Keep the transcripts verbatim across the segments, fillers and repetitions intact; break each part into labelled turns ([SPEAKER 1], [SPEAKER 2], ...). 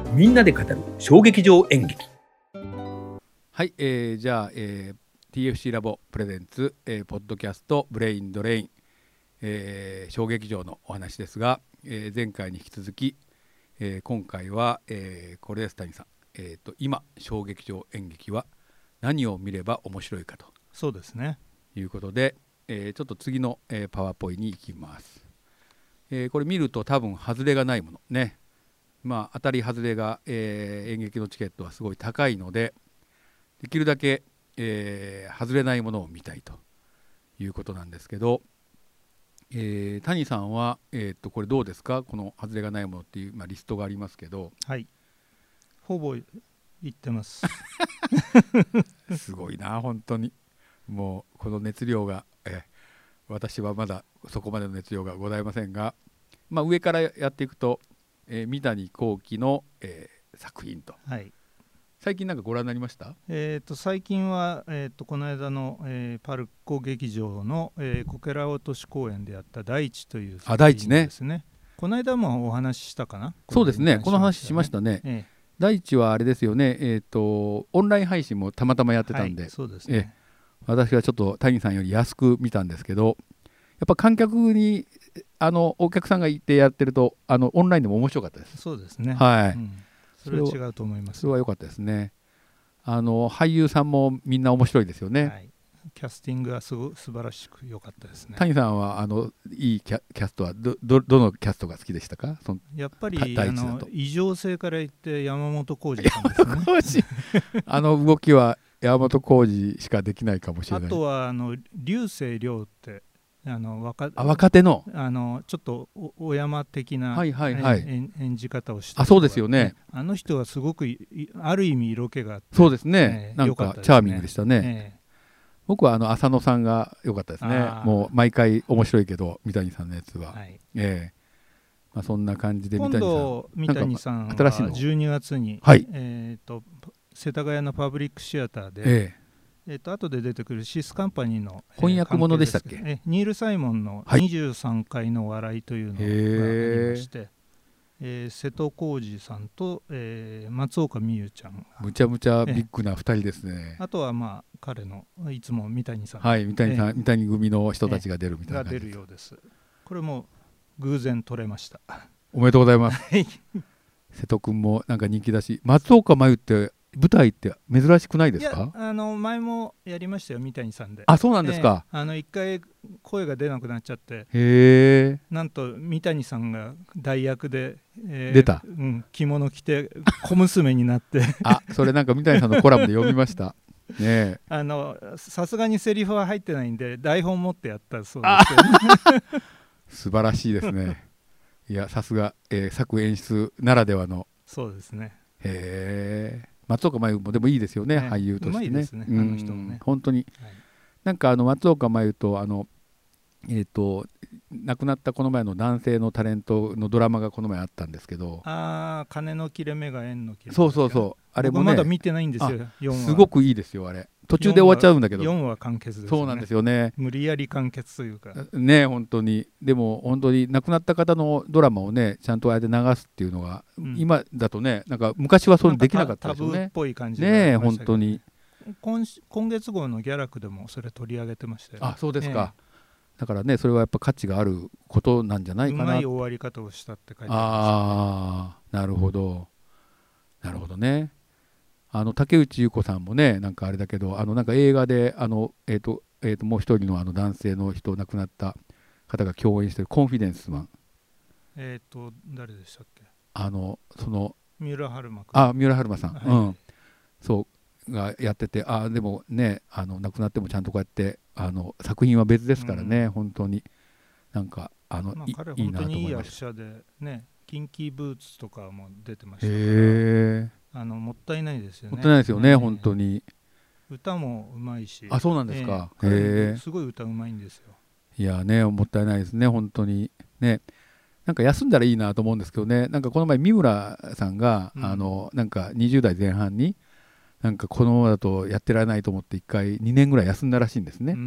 [SPEAKER 1] みんなで語る小劇場演劇。
[SPEAKER 2] はい、えー、じゃあ、えー、ティーエフシー ラボプレゼンツ、えー、ポッドキャストブレインドレイン、えー、小劇場のお話ですが、えー、前回に引き続き、えー、今回は、えー、これです。谷さん、えー、と今小劇場演劇は何を見れば面白いかと
[SPEAKER 3] そうですね
[SPEAKER 2] いうことで、えー、ちょっと次の、えー、パワーポイに行きます。えー、これ見ると多分外れがないものね、まあ当たり外れが、えー、演劇のチケットはすごい高いので、できるだけ、えー、外れないものを見たいということなんですけど、えー、谷さんは、えー、とこれどうですか、この外れがないものっていう、まあ、リストがありますけど。
[SPEAKER 3] はいほぼ言ってます
[SPEAKER 2] すごいな本当に、もうこの熱量が、えー、私はまだそこまでの熱量がございませんが、まあ、上からやっていくと、えー、三谷幸喜の、えー、作品と、
[SPEAKER 3] はい、
[SPEAKER 2] 最近なんかご覧になりました？
[SPEAKER 3] えー、と最近は、えー、とこの間の、えー、パルコ劇場の、えー、こけら落とし公演でやった大地という作品ですね。この間もお話ししたかな。
[SPEAKER 2] そうですね、この話しましたね、ええ、大地はあれですよね、えーと、オンライン配信もたまたまやってたんで、はい、
[SPEAKER 3] そうですね、
[SPEAKER 2] ええ、私はちょっと谷さんより安く見たんですけど、やっぱ観客にあのお客さんがいてやってると、あのオンラインでも面白かったです。
[SPEAKER 3] そうですね、
[SPEAKER 2] はい、うん、
[SPEAKER 3] それは違うと思います。
[SPEAKER 2] それは良かったですね。あの俳優さんもみんな面白いですよね、はい、
[SPEAKER 3] キャスティングはすご素晴らしく良かったですね。
[SPEAKER 2] 谷さんはあのいいキ ャ, キャストは ど, ど, どのキャストが好きでしたか？その
[SPEAKER 3] やっぱりあの異常性から言って山本浩二さんですね
[SPEAKER 2] あの動きは山本浩二しかできないかもしれない。
[SPEAKER 3] あとはあの竜星涼ってあの 若,
[SPEAKER 2] あ若手 の,
[SPEAKER 3] あのちょっと お, お山的な、
[SPEAKER 2] はいはいはい、
[SPEAKER 3] 演, 演じ方をして、
[SPEAKER 2] あそうですよね、
[SPEAKER 3] あの人はすごくある意味色気があって、
[SPEAKER 2] そうですね、えー、なんかチャーミングでしたね、えー、僕はあの浅野さんが良かったですね。もう毎回面白いけど三谷さんのやつは、はい、えーまあ、そんな感じで三谷さん、
[SPEAKER 3] 今度三谷さんはじゅうにがつに、
[SPEAKER 2] はい、
[SPEAKER 3] えー、と世田谷のパブリックシアターで、
[SPEAKER 2] えー
[SPEAKER 3] えー、と後で出てくるシスカンパニーの
[SPEAKER 2] 翻訳ものでしたっけ、
[SPEAKER 3] えー、ニール・サイモンのにじゅうさんかいの笑いというのがありまして、はい、えー、瀬戸康史さんと、えー、松岡美優ちゃん、
[SPEAKER 2] むちゃむちゃビッグなふたりですね。
[SPEAKER 3] あとはまあ彼のいつも三谷さん、
[SPEAKER 2] はい、三谷さん、えー、三谷組の人たちが出るみたいな
[SPEAKER 3] 感じが出るようです。これも偶然取れました。
[SPEAKER 2] おめでとうございます瀬戸君もなんか人気だし、松岡真優って舞台って珍しくないですか？
[SPEAKER 3] いや、あの前もやりましたよ三谷さんで。
[SPEAKER 2] あ、そうなんですか。
[SPEAKER 3] えー、あの一回声が出なくなっちゃって、
[SPEAKER 2] へー、
[SPEAKER 3] なんと三谷さんが代役で、
[SPEAKER 2] えー、出た、
[SPEAKER 3] うん、着物着て小娘になって
[SPEAKER 2] あ、それなんか三谷さんのコラムで読みましたね。
[SPEAKER 3] あのさすがにセリフは入ってないんで台本持ってやったそうですけど、ね、
[SPEAKER 2] 素晴らしいですね。いや、さすが、えー、作演出ならではの。
[SPEAKER 3] そうですね。
[SPEAKER 2] へー、松岡真優もでもいいですよね、ね、俳優としてね。
[SPEAKER 3] うまいですね、あの人もね。
[SPEAKER 2] 本当に、はい、なんかあの松岡真優とあのえーと亡くなったこの前の男性のタレントのドラマがこの前あったんですけど、
[SPEAKER 3] ああ、金の切れ目が縁の切れ目、
[SPEAKER 2] そうそうそう、あれもね、
[SPEAKER 3] 僕まだ見てないんですよ。よんわ
[SPEAKER 2] すごくいいですよ、あれ途中で終わっちゃうんだけど、
[SPEAKER 3] よんわ完結ですね。
[SPEAKER 2] そうなんですよね、
[SPEAKER 3] 無理やり完結というか
[SPEAKER 2] ね、本当に。でも本当に亡くなった方のドラマをねちゃんとあれで流すっていうのが、うん、今だとね、なんか昔はそうできなかったですよね。
[SPEAKER 3] タブーっぽい感じで、
[SPEAKER 2] ね、本当に。
[SPEAKER 3] 今, 今月号のギャラクでもそれ取り上げてましたよ、ね。
[SPEAKER 2] あ、そうですか、えー、だからね、それはやっぱ価値があることなんじゃないかな。
[SPEAKER 3] うまい終わり方をしたって書いてあります、ね。
[SPEAKER 2] ああ、なるほどなるほどね。あの竹内結子さんもね、なんかあれだけど、あのなんか映画であの、えーとえー、ともう一人のあの男性の人、亡くなった方が共演してるコンフィデンスマン、
[SPEAKER 3] えっ、ー、と誰でしたっけ、
[SPEAKER 2] あのその
[SPEAKER 3] 三浦春馬君、
[SPEAKER 2] あ、三浦春馬さん、
[SPEAKER 3] はい、
[SPEAKER 2] うん、そうがやってて、あでもね、あの亡くなってもちゃんとこうやってあの作品は別ですからね、うん、本当になんかあの、まあ、い
[SPEAKER 3] 彼
[SPEAKER 2] いいなと思いました。
[SPEAKER 3] 本当にいい役者でね、キンキーブーツとかも出てましたから、
[SPEAKER 2] へ
[SPEAKER 3] あのもったいないですよね。
[SPEAKER 2] もったいないですよね、本当に。
[SPEAKER 3] 歌もうまいし。
[SPEAKER 2] あ、そうなんですか。
[SPEAKER 3] えー、へすごい歌うまいんですよ。
[SPEAKER 2] いやね、もったいないですね、本当にね。なんか休んだらいいなと思うんですけどね。なんかこの前三村さんが、うん、あのなんかにじゅう代前半になんかこのままだとやってられないと思っていっかいにねんぐらい休んだらしいんですね。うん、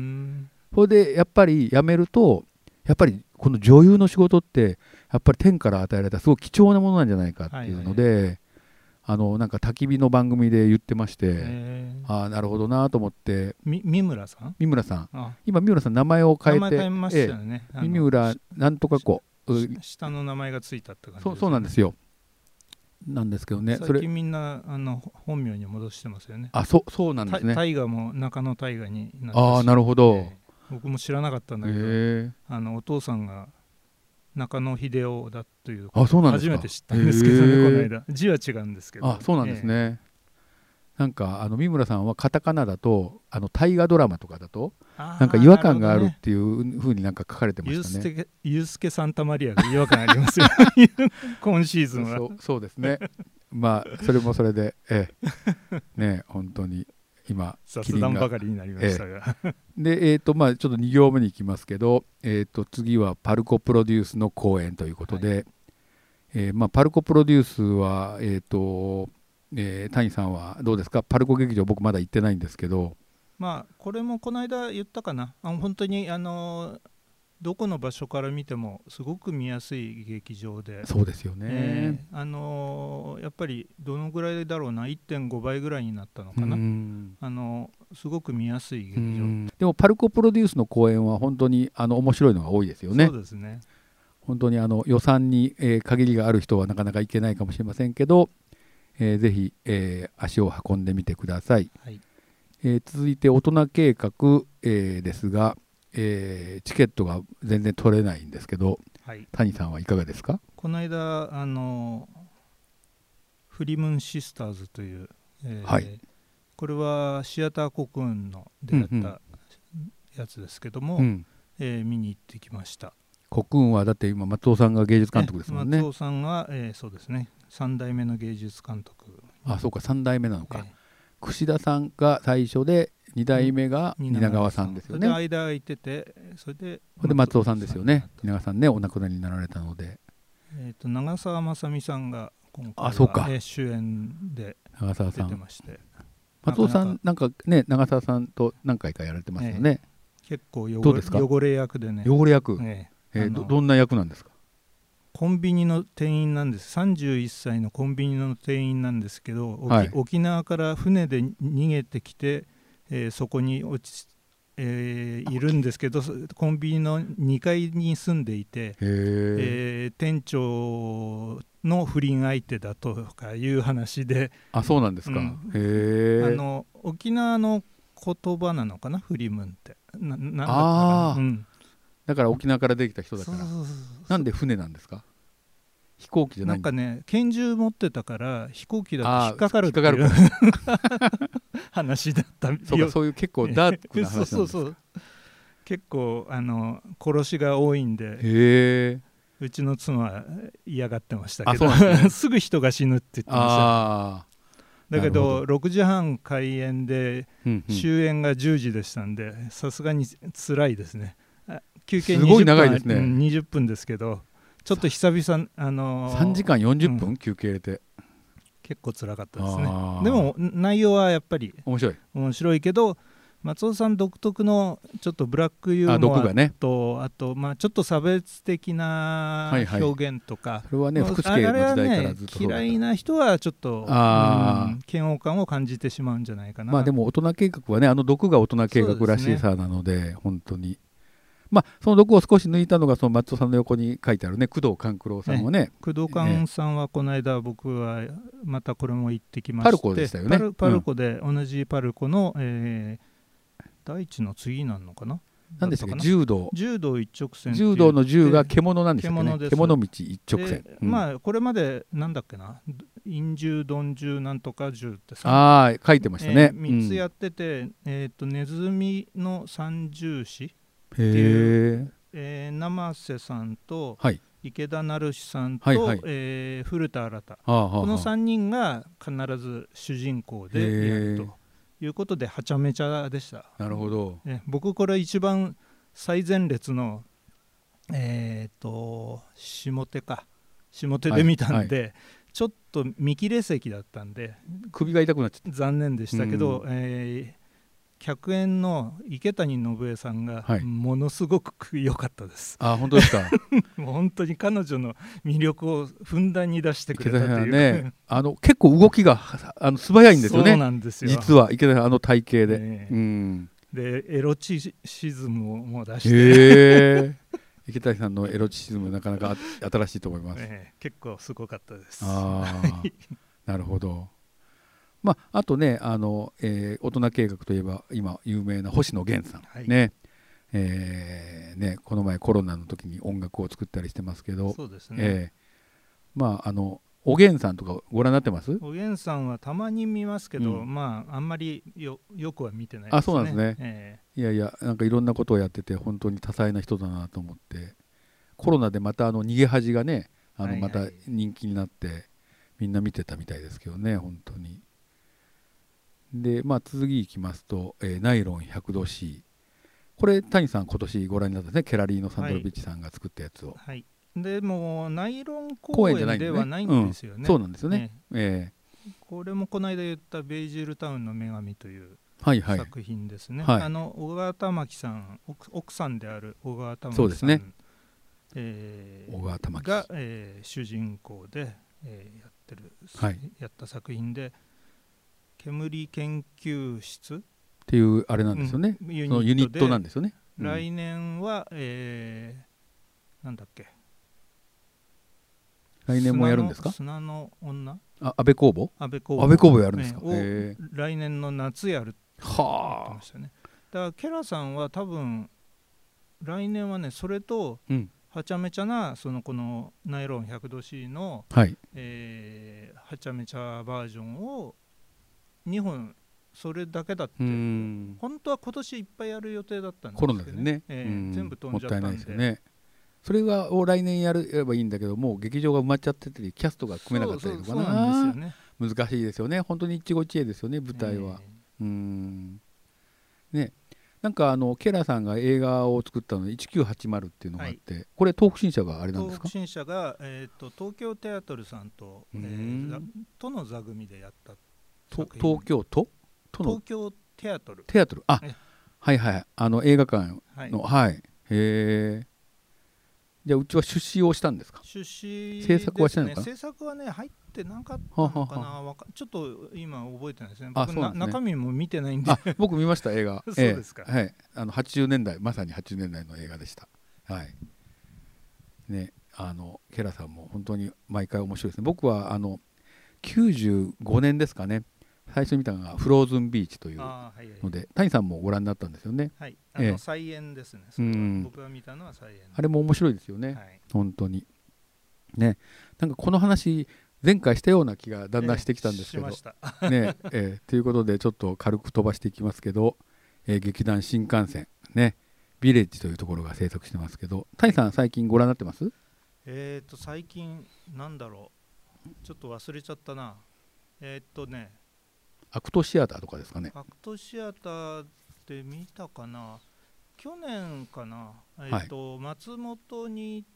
[SPEAKER 2] それでやっぱり辞めると、やっぱりこの女優の仕事ってやっぱり天から与えられたすごい貴重なものなんじゃないかっていうので、はいはい、 あのなんか焚き火の番組で言ってまして、
[SPEAKER 3] えー、
[SPEAKER 2] ああなるほどなと思って。
[SPEAKER 3] み三村さん
[SPEAKER 2] 三村さん
[SPEAKER 3] あ
[SPEAKER 2] 今三村さん名前を変えて
[SPEAKER 3] 名前変えましたよね、
[SPEAKER 2] ええ、三村なんとか子
[SPEAKER 3] 下の名前がついたって感じです、ね、
[SPEAKER 2] そうそうなんですよ。なんですけどね、
[SPEAKER 3] 最近みんなあの本名に戻してますよね。
[SPEAKER 2] あ、そうそうなんですね。
[SPEAKER 3] 大河も中野大河になったし、
[SPEAKER 2] ああなるほど、
[SPEAKER 3] えー、僕も知らなかったんだけど、えー、あのお父さんが中野秀夫だという
[SPEAKER 2] あそうなんですか。
[SPEAKER 3] 初めて知ったんですけどね、えー、この間字は違うんですけど。
[SPEAKER 2] あそうなんですね、えー、なんかあの三村さんはカタカナだとあの大河ドラマとかだとなんか違和感があるっていうふうになんか書かれてましたね。
[SPEAKER 3] ユースケ・サンタマリアが違和感ありますよ今シーズンは。
[SPEAKER 2] そう、そうですねまあそれもそれでええね本当に今
[SPEAKER 3] 雑談ばかりになりましたが、
[SPEAKER 2] ええ、でえっ、ー、とまあちょっとに行目に行きますけど、えー、と次はパルコプロデュースの公演ということで、はい、えーまあ、パルコプロデュースはえっ、ー、と、えー、谷さんはどうですか。パルコ劇場僕まだ行ってないんですけど、
[SPEAKER 3] まあこれもこの間言ったかな、あ本当にあのどこの場所から見てもすごく見やすい劇場で。
[SPEAKER 2] そうですよね、
[SPEAKER 3] えー、あのやっぱりどのぐらいだろうな いってんご 倍ぐらいになったのかな、あのすごく見やすい劇場。
[SPEAKER 2] でもパルコプロデュースの公演は本当にあの面白いのが多いですよね。
[SPEAKER 3] そうですね。
[SPEAKER 2] 本当にあの予算に、えー、限りがある人はなかなか行けないかもしれませんけど、えー、ぜひ、えー、足を運んでみてください、はい。えー、続いて大人計画、えー、ですが、えー、チケットが全然取れないんですけど、はい、谷さんはいかがですか。
[SPEAKER 3] この間あのフリムンシスターズという、えーはい、これはシアターコクーンのでやったやつですけども、うんうんえー、見に行ってきました。
[SPEAKER 2] コクーンはだって今松尾さんが芸術監督ですもんね。
[SPEAKER 3] 松尾さんが、えー、そうですねさん代目の芸術監督。
[SPEAKER 2] あそうかさん代目なのか、えー、串田さんが最初でに代目が蜷川さんですよね。
[SPEAKER 3] で間空いててそれで
[SPEAKER 2] 松 尾, で松尾さんですよね。蜷川さんねお亡くなりになられたので、
[SPEAKER 3] えー、と長澤まさみさんが今回は
[SPEAKER 2] あそうか、
[SPEAKER 3] えー、主演で
[SPEAKER 2] 長澤さん
[SPEAKER 3] 出てまして、
[SPEAKER 2] 松尾さんなんかね長澤さんと何回かやられてますよね、
[SPEAKER 3] えー、結構汚れ役でね。
[SPEAKER 2] 汚れ役、えーえー、ど, どんな役なんですか。
[SPEAKER 3] コンビニの店員なんです。さんじゅういっさいのコンビニの店員なんですけど、はい、沖縄から船で逃げてきて、えー、そこに落ち、えー、いるんですけどコンビニのにかいに住んでいて、えー、店長の不倫相手だとかいう話で。
[SPEAKER 2] あそうなんですか、うん、へ
[SPEAKER 3] あの沖縄の言葉なのかなフリムンってななんだったか
[SPEAKER 2] な、
[SPEAKER 3] うん、
[SPEAKER 2] だから沖縄からできた人だから。そうそうそうそう。なんで船なんですか。飛行機じゃないんだ。
[SPEAKER 3] なんかね拳銃持ってたから飛行機だと引っかかるっていう話だったよ。
[SPEAKER 2] そうかそういう結構ダークな話なんですか。そうそうそう
[SPEAKER 3] 結構あの殺しが多いんで。
[SPEAKER 2] へ
[SPEAKER 3] うちの妻は嫌がってましたけど、ね、すぐ人が死ぬって言ってました。あだけどろくじはん開演で終演がじゅうじでしたんでさすがに辛いですね。休憩にじゅっぷん、すごい長いですね、うん、にじゅっぷんですけどちょっと久々、あのー、
[SPEAKER 2] さんじかんよんじゅっぷん、うん、休憩入れて
[SPEAKER 3] 結構辛かったですね。でも内容はやっぱり
[SPEAKER 2] 面白い
[SPEAKER 3] 面白いけど松尾さん独特のちょっとブラックユーモアと あ,、ね、あと、まあ、ちょっと差別的な表現とか、はいはい、
[SPEAKER 2] それはね福祉系の時代からずっとそうだった。
[SPEAKER 3] 嫌いな人はちょっとあ、うん、嫌悪感を感じてしまうんじゃないかな。
[SPEAKER 2] まあでも大人計画はねあの毒が大人計画らしさなの で, で、ね、本当にまあその毒を少し抜いたのがその松尾さんの横に書いてあるね工藤官九郎さんは ね, ね
[SPEAKER 3] 工藤官さんはこの間僕はまたこれも行ってきまして、
[SPEAKER 2] パルコでしたよね。
[SPEAKER 3] パ ル, パルコで、うん、同じパルコの、えー大地の次なのかな。
[SPEAKER 2] 何でしたっけ。柔道
[SPEAKER 3] 柔道一直線。
[SPEAKER 2] 柔道の柔が獣なんですよね。獣道一直線、
[SPEAKER 3] うん、まあこれまでなんだっけな陰柔鈍柔なんとか柔ってさ
[SPEAKER 2] ああ書いてましたね、
[SPEAKER 3] えー、みっつやってて、うん、えー、とネズミの三重士っていう、えー、生瀬さんと、はい、池田成志さんと、はいはい、えー、古田新太、はあはあ、このさんにんが必ず主人公でやるということではちゃめちゃでした。
[SPEAKER 2] なるほど。
[SPEAKER 3] え僕これ一番最前列のえっ、ー、と下手か下手で見たんで、はいはい、ちょっと見切れ席だったんで
[SPEAKER 2] 首が痛くなっちゃった。
[SPEAKER 3] 残念でしたけど、えー、 客演の池谷信江さんが
[SPEAKER 2] はい
[SPEAKER 3] ものすごく良かったです、
[SPEAKER 2] あ本当ですか
[SPEAKER 3] もう本当に彼女の魅力をふんだんに出してくれたという
[SPEAKER 2] ね、あの結構動きがあの素早いんですよね。
[SPEAKER 3] そうなんですよ
[SPEAKER 2] 実は池谷さんあの体型で、
[SPEAKER 3] ね
[SPEAKER 2] うん
[SPEAKER 3] でエロチシズムをもう出して、
[SPEAKER 2] へ池谷さんのエロチシズムなかなか新しいと思います、
[SPEAKER 3] ね、結構すごかったです。
[SPEAKER 2] あなるほど。まあ、あとねあの、えー、大人計画といえば今有名な星野源さん、
[SPEAKER 3] はい
[SPEAKER 2] ねえー、ねこの前コロナの時に音楽を作ったりしてますけど、
[SPEAKER 3] そうですね、
[SPEAKER 2] えー、まああのおげんさんとかご覧になってます？
[SPEAKER 3] おげんさんはたまに見ますけど、
[SPEAKER 2] うん、
[SPEAKER 3] まああんまり よ, よくは見てないですね。
[SPEAKER 2] あそうなんですね、
[SPEAKER 3] え
[SPEAKER 2] いやいやなんかいろんなことをやってて本当に多彩な人だなと思って、コロナでまたあの逃げ恥がねあのまた人気になってみんな見てたみたいですけどね本当に。でまあ次いきますと、えー、ナイロン ひゃくどシー これ谷さん今年ご覧になったんですね、ケラリーノ・サンドロビッチさんが作ったやつを、
[SPEAKER 3] はい、でもナイロン公演ではないんですよね。
[SPEAKER 2] うん、そうなんですよね、え
[SPEAKER 3] えー、これもこの間言ったベイジルタウンの女神という
[SPEAKER 2] はいはい
[SPEAKER 3] 作品ですね、
[SPEAKER 2] はい、
[SPEAKER 3] あの小川玉木さん 奥, 奥さんである小川玉木さん
[SPEAKER 2] そうですね、
[SPEAKER 3] えー、
[SPEAKER 2] 小川玉木
[SPEAKER 3] が、えー、主人公で、えー、やってる、
[SPEAKER 2] はい、
[SPEAKER 3] やった作品で煙研究室
[SPEAKER 2] っていうあれなんですよね、うん、ユニットそのユニットなんですよね、
[SPEAKER 3] うん、来年は、えー、なんだっけ
[SPEAKER 2] 来年もやるんですか？
[SPEAKER 3] 砂の女、
[SPEAKER 2] あ安倍公房
[SPEAKER 3] 安倍公
[SPEAKER 2] 房安倍公房やるんですか、
[SPEAKER 3] ね、を来年の夏やるって言ってましたね。だからケラさんは多分来年はねそれと、うんはちゃめちゃなそのこのナイロン ひゃくどシー の、
[SPEAKER 2] はい
[SPEAKER 3] えー、はちゃめちゃバージョンをにほんそれだけだって本当は今年いっぱいやる予定だったんですけど、ね、
[SPEAKER 2] コロナでね、
[SPEAKER 3] えー、全部飛んじゃったんで、
[SPEAKER 2] もったいないですよね。それがを来年やればいいんだけどもう劇場が埋まっちゃっててキャストが組めなかったりとかな、そうなんですよね、難しいですよね本当に一期一会ですよね舞台は、えー、うんねなんかあのケラさんが映画を作ったのでせんきゅうひゃくはちじゅうっていうのがあって、はい、これ東北新社があれなんですか？
[SPEAKER 3] 東北新社が、えー、と東京テアトルさんと、えー、との座組でやった
[SPEAKER 2] と東京都との
[SPEAKER 3] 東京テアトル
[SPEAKER 2] テアトルあはいはいあの映画館のはい、はい、へえじゃあうちは出資をしたんですか？
[SPEAKER 3] 出資ですね、
[SPEAKER 2] 制作はしてないのかな？
[SPEAKER 3] 制作はね入ってなかったのかなはははちょっと今覚えてないですね。僕な、ね、中身も見てないんで
[SPEAKER 2] 僕見ました映画
[SPEAKER 3] そうですか、
[SPEAKER 2] ええ、はいあのはちじゅうねんだいまさにはちじゅうねんだいの映画でしたはいねあのケラさんも本当に毎回面白いですね。僕はあのきゅうじゅうごねんですかね最初見たのがフローズンビーチというので、はいはい、谷さんもご覧になったんですよね。
[SPEAKER 3] はい、あの、ええ、再演ですね。それは僕が見たのは再演。
[SPEAKER 2] あれも面白いですよね。はい、本当にね、なんかこの話前回したような気がだんだんしてきたんですけど、ええねえー、ということでちょっと軽く飛ばしていきますけど、えー、劇団新幹線ねビレッジというところが制作してますけど、谷さん最近ご覧になってます？
[SPEAKER 3] えっと最近なんだろうちょっと忘れちゃったな。えっとね
[SPEAKER 2] アクトシアターとかですかね。
[SPEAKER 3] アクトシアターで見たかな去年かな、えーとはい、松本に行って、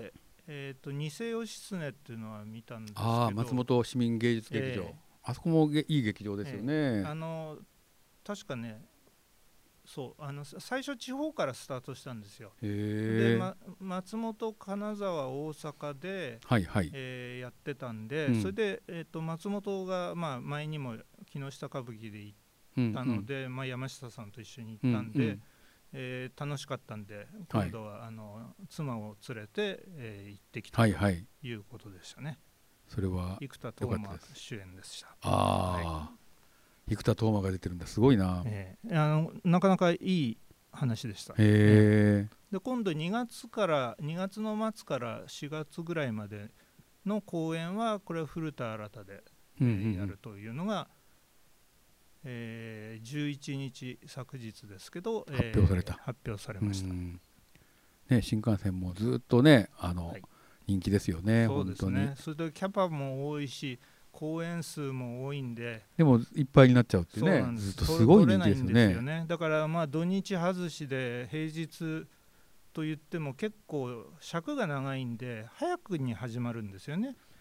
[SPEAKER 3] えーと偽義経っていうのは見たんですけど、
[SPEAKER 2] あ松本市民芸術劇場、えー、あそこもいい劇場ですよね、え
[SPEAKER 3] ー、あの確かねそうあの最初地方からスタートしたんですよ。で、ま、松本金沢大阪で、
[SPEAKER 2] はいはい
[SPEAKER 3] えー、やってたんで、うん、それで、えー、と松本が、まあ、前にも木下歌舞伎で行ったので、うんうんまあ、山下さんと一緒に行ったんで、うんうんえー、楽しかったんで今度は、はい、あの妻を連れて、えー、行ってきたということでしたね。はいはい、
[SPEAKER 2] それは
[SPEAKER 3] 生田斗真主演でした。
[SPEAKER 2] ああ、はい生田斗真が出てるんだすごいな、
[SPEAKER 3] えー、あのなかなかいい話でした。
[SPEAKER 2] へえ、
[SPEAKER 3] で今度にがつからにがつの末からしがつぐらいまでの公演はこれは古田新太で、うんうんうんえー、やるというのが、えー、じゅういちにち昨日ですけど
[SPEAKER 2] 発表された、
[SPEAKER 3] えー、発表されました、
[SPEAKER 2] ね、新幹線もずっとねあの、はい、人気ですよね。
[SPEAKER 3] そうですね。それでキャパも多いし公演数も多いんで
[SPEAKER 2] でもいっぱいになっちゃうってねずっとすごい人気ですよ ね, ですよね。
[SPEAKER 3] だからまあ土日外しで平日と言っても結構尺が長いんで早くに始まるんですよね。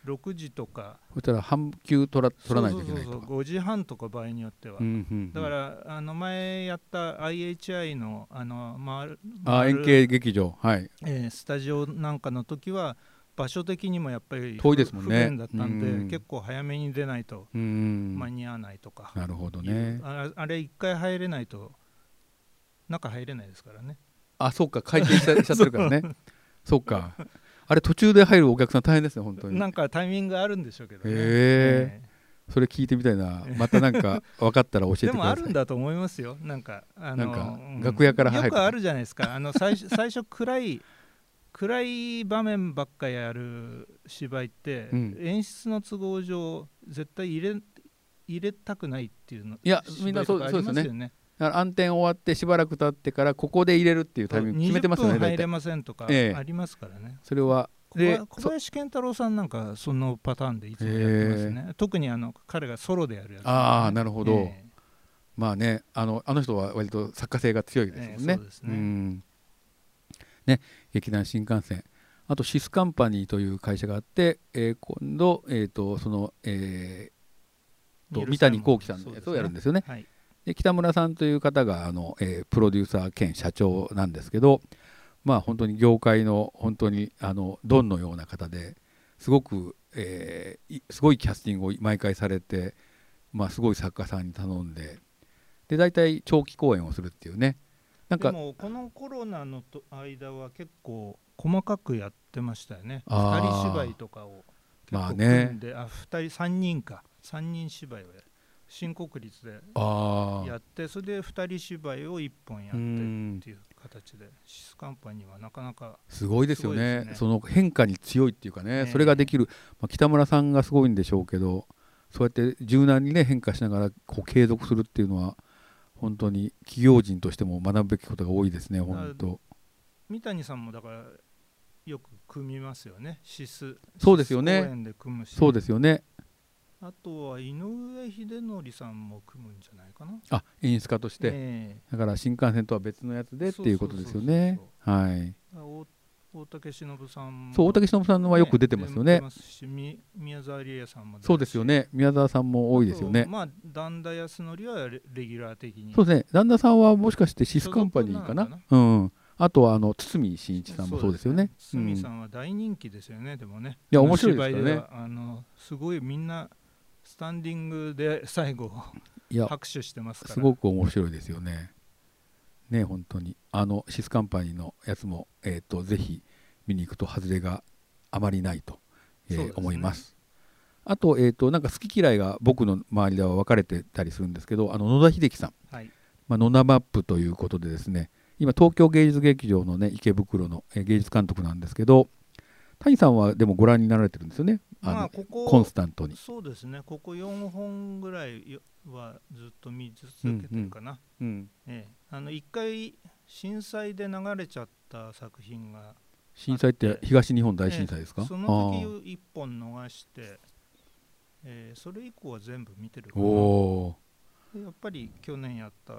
[SPEAKER 3] ろくじとか
[SPEAKER 2] そしたら半休取ら取らないといけないと。
[SPEAKER 3] そうそうそうそうごじはんとか場合によっては、
[SPEAKER 2] うんうんうん、
[SPEAKER 3] だからあの前やった アイエイチアイ のあの回
[SPEAKER 2] あ円形劇場、はい、
[SPEAKER 3] えー、スタジオなんかの時は場所的にもやっぱり
[SPEAKER 2] 遠いですもんね。
[SPEAKER 3] 不便だったんで、
[SPEAKER 2] うん、
[SPEAKER 3] 結構早めに出ないと
[SPEAKER 2] うん
[SPEAKER 3] 間に合わないとか。
[SPEAKER 2] なるほどね。
[SPEAKER 3] あ, あれ一回入れないと中入れないですからね。
[SPEAKER 2] あ、そうか、回転しちゃってるからねそうか、あれ途中で入るお客さん大変ですね本当に。
[SPEAKER 3] なんかタイミングあるんでしょうけどね。
[SPEAKER 2] へ
[SPEAKER 3] え
[SPEAKER 2] ー、それ聞いてみたいな。またなんか分かったら教えてください。
[SPEAKER 3] でもあるんだと思いますよ。なんかあの
[SPEAKER 2] なんか楽屋から入る、
[SPEAKER 3] よくあるじゃないですか。あの最初最初暗い暗い場面ばっかやる芝居って、うん、演出の都合上絶対入れ入れたくないっていうの。
[SPEAKER 2] いやみんなそうですよね。だから暗転終わってしばらく経ってからここで入れるっていうタイミング決めてますよね。
[SPEAKER 3] にじゅっぷん入れませんとかありますからね、ええ、
[SPEAKER 2] それは
[SPEAKER 3] で小林健太郎さんなんかそのパターンでいつもやってますね、えー、特にあの彼がソロでやるやつ、ね、
[SPEAKER 2] ああなるほど、えー、まあねあのあの人は割と作家性が強いですもんね、えー、そうですね、うんね、劇団新幹線、あとシスカンパニーという会社があって、えー、今度、えー、とその、えー、と三谷幸喜さんのやつをやるんですよね。はい、で北村さんという方があの、えー、プロデューサー兼社長なんですけど、まあ本当に業界の本当にあのドンのような方ですごく、えー、すごいキャスティングを毎回されて、まあ、すごい作家さんに頼んで、で大体長期公演をするっていうね。なんか
[SPEAKER 3] でもこのコロナのと間は結構細かくやってましたよね。ふたり芝居とかを結構組んで、まあね、あふたりさんにんかさんにん芝居をやる新国立でやって、それでふたり芝居をいっぽんやってっていう形で、シスカンパニーはなかなか
[SPEAKER 2] すごいですよね。その変化に強いっていうかね、それができる、まあ、北村さんがすごいんでしょうけど、そうやって柔軟にね変化しながらこう継続するっていうのは本当に企業人としても学ぶべきことが多いですね。本当
[SPEAKER 3] 三谷さんもだからよく組みますよね。シス
[SPEAKER 2] そうですよね。
[SPEAKER 3] 公演で組むし、
[SPEAKER 2] そうですよね。
[SPEAKER 3] あとは井上秀則さんも組むんじゃないかな。
[SPEAKER 2] あ、演出家として、えー、だから新幹線とは別のやつでっていうことですよね。はい。
[SPEAKER 3] 大竹しのぶさんも、
[SPEAKER 2] そう大竹しのぶさんはよく出てますよね。
[SPEAKER 3] ね宮沢りえさんも
[SPEAKER 2] そうですよね。宮沢さんも多いですよね。
[SPEAKER 3] まあ段田康則はレギュラー的に。
[SPEAKER 2] そうですね。段田さんはもしかしてシスカンパニーかな。うん。あとはあの堤真一さんもそうですよね。
[SPEAKER 3] 堤さんは大人気ですよね。でもね。
[SPEAKER 2] いや面白いですよね。
[SPEAKER 3] あのすごいみんなスタンディングで最後拍手してますから。
[SPEAKER 2] すごく面白いですよね。ね本当にあのシスカンパニーのやつもえっとぜひ見に行くと外れがあまりないと、えーね、思います。あとえっとなんか好き嫌いが僕の周りでは分かれてたりするんですけど、あの野田秀樹さん、はい、まあ野田マップということでですね、今東京芸術劇場のね池袋の、えー、芸術監督なんですけど、谷さんはでもご覧になられてるんですよね。あのまあここコンスタントに。
[SPEAKER 3] そうですね。ここよんほんぐらいはずっと見続けてるかな。うんうんええ、あのいっかい震災で流れちゃった作品が、
[SPEAKER 2] 震災って東日本大震災ですか？ええ、
[SPEAKER 3] その時いっぽん逃して、えー、それ以降は全部見てるかな。
[SPEAKER 2] お
[SPEAKER 3] でやっぱり去年やった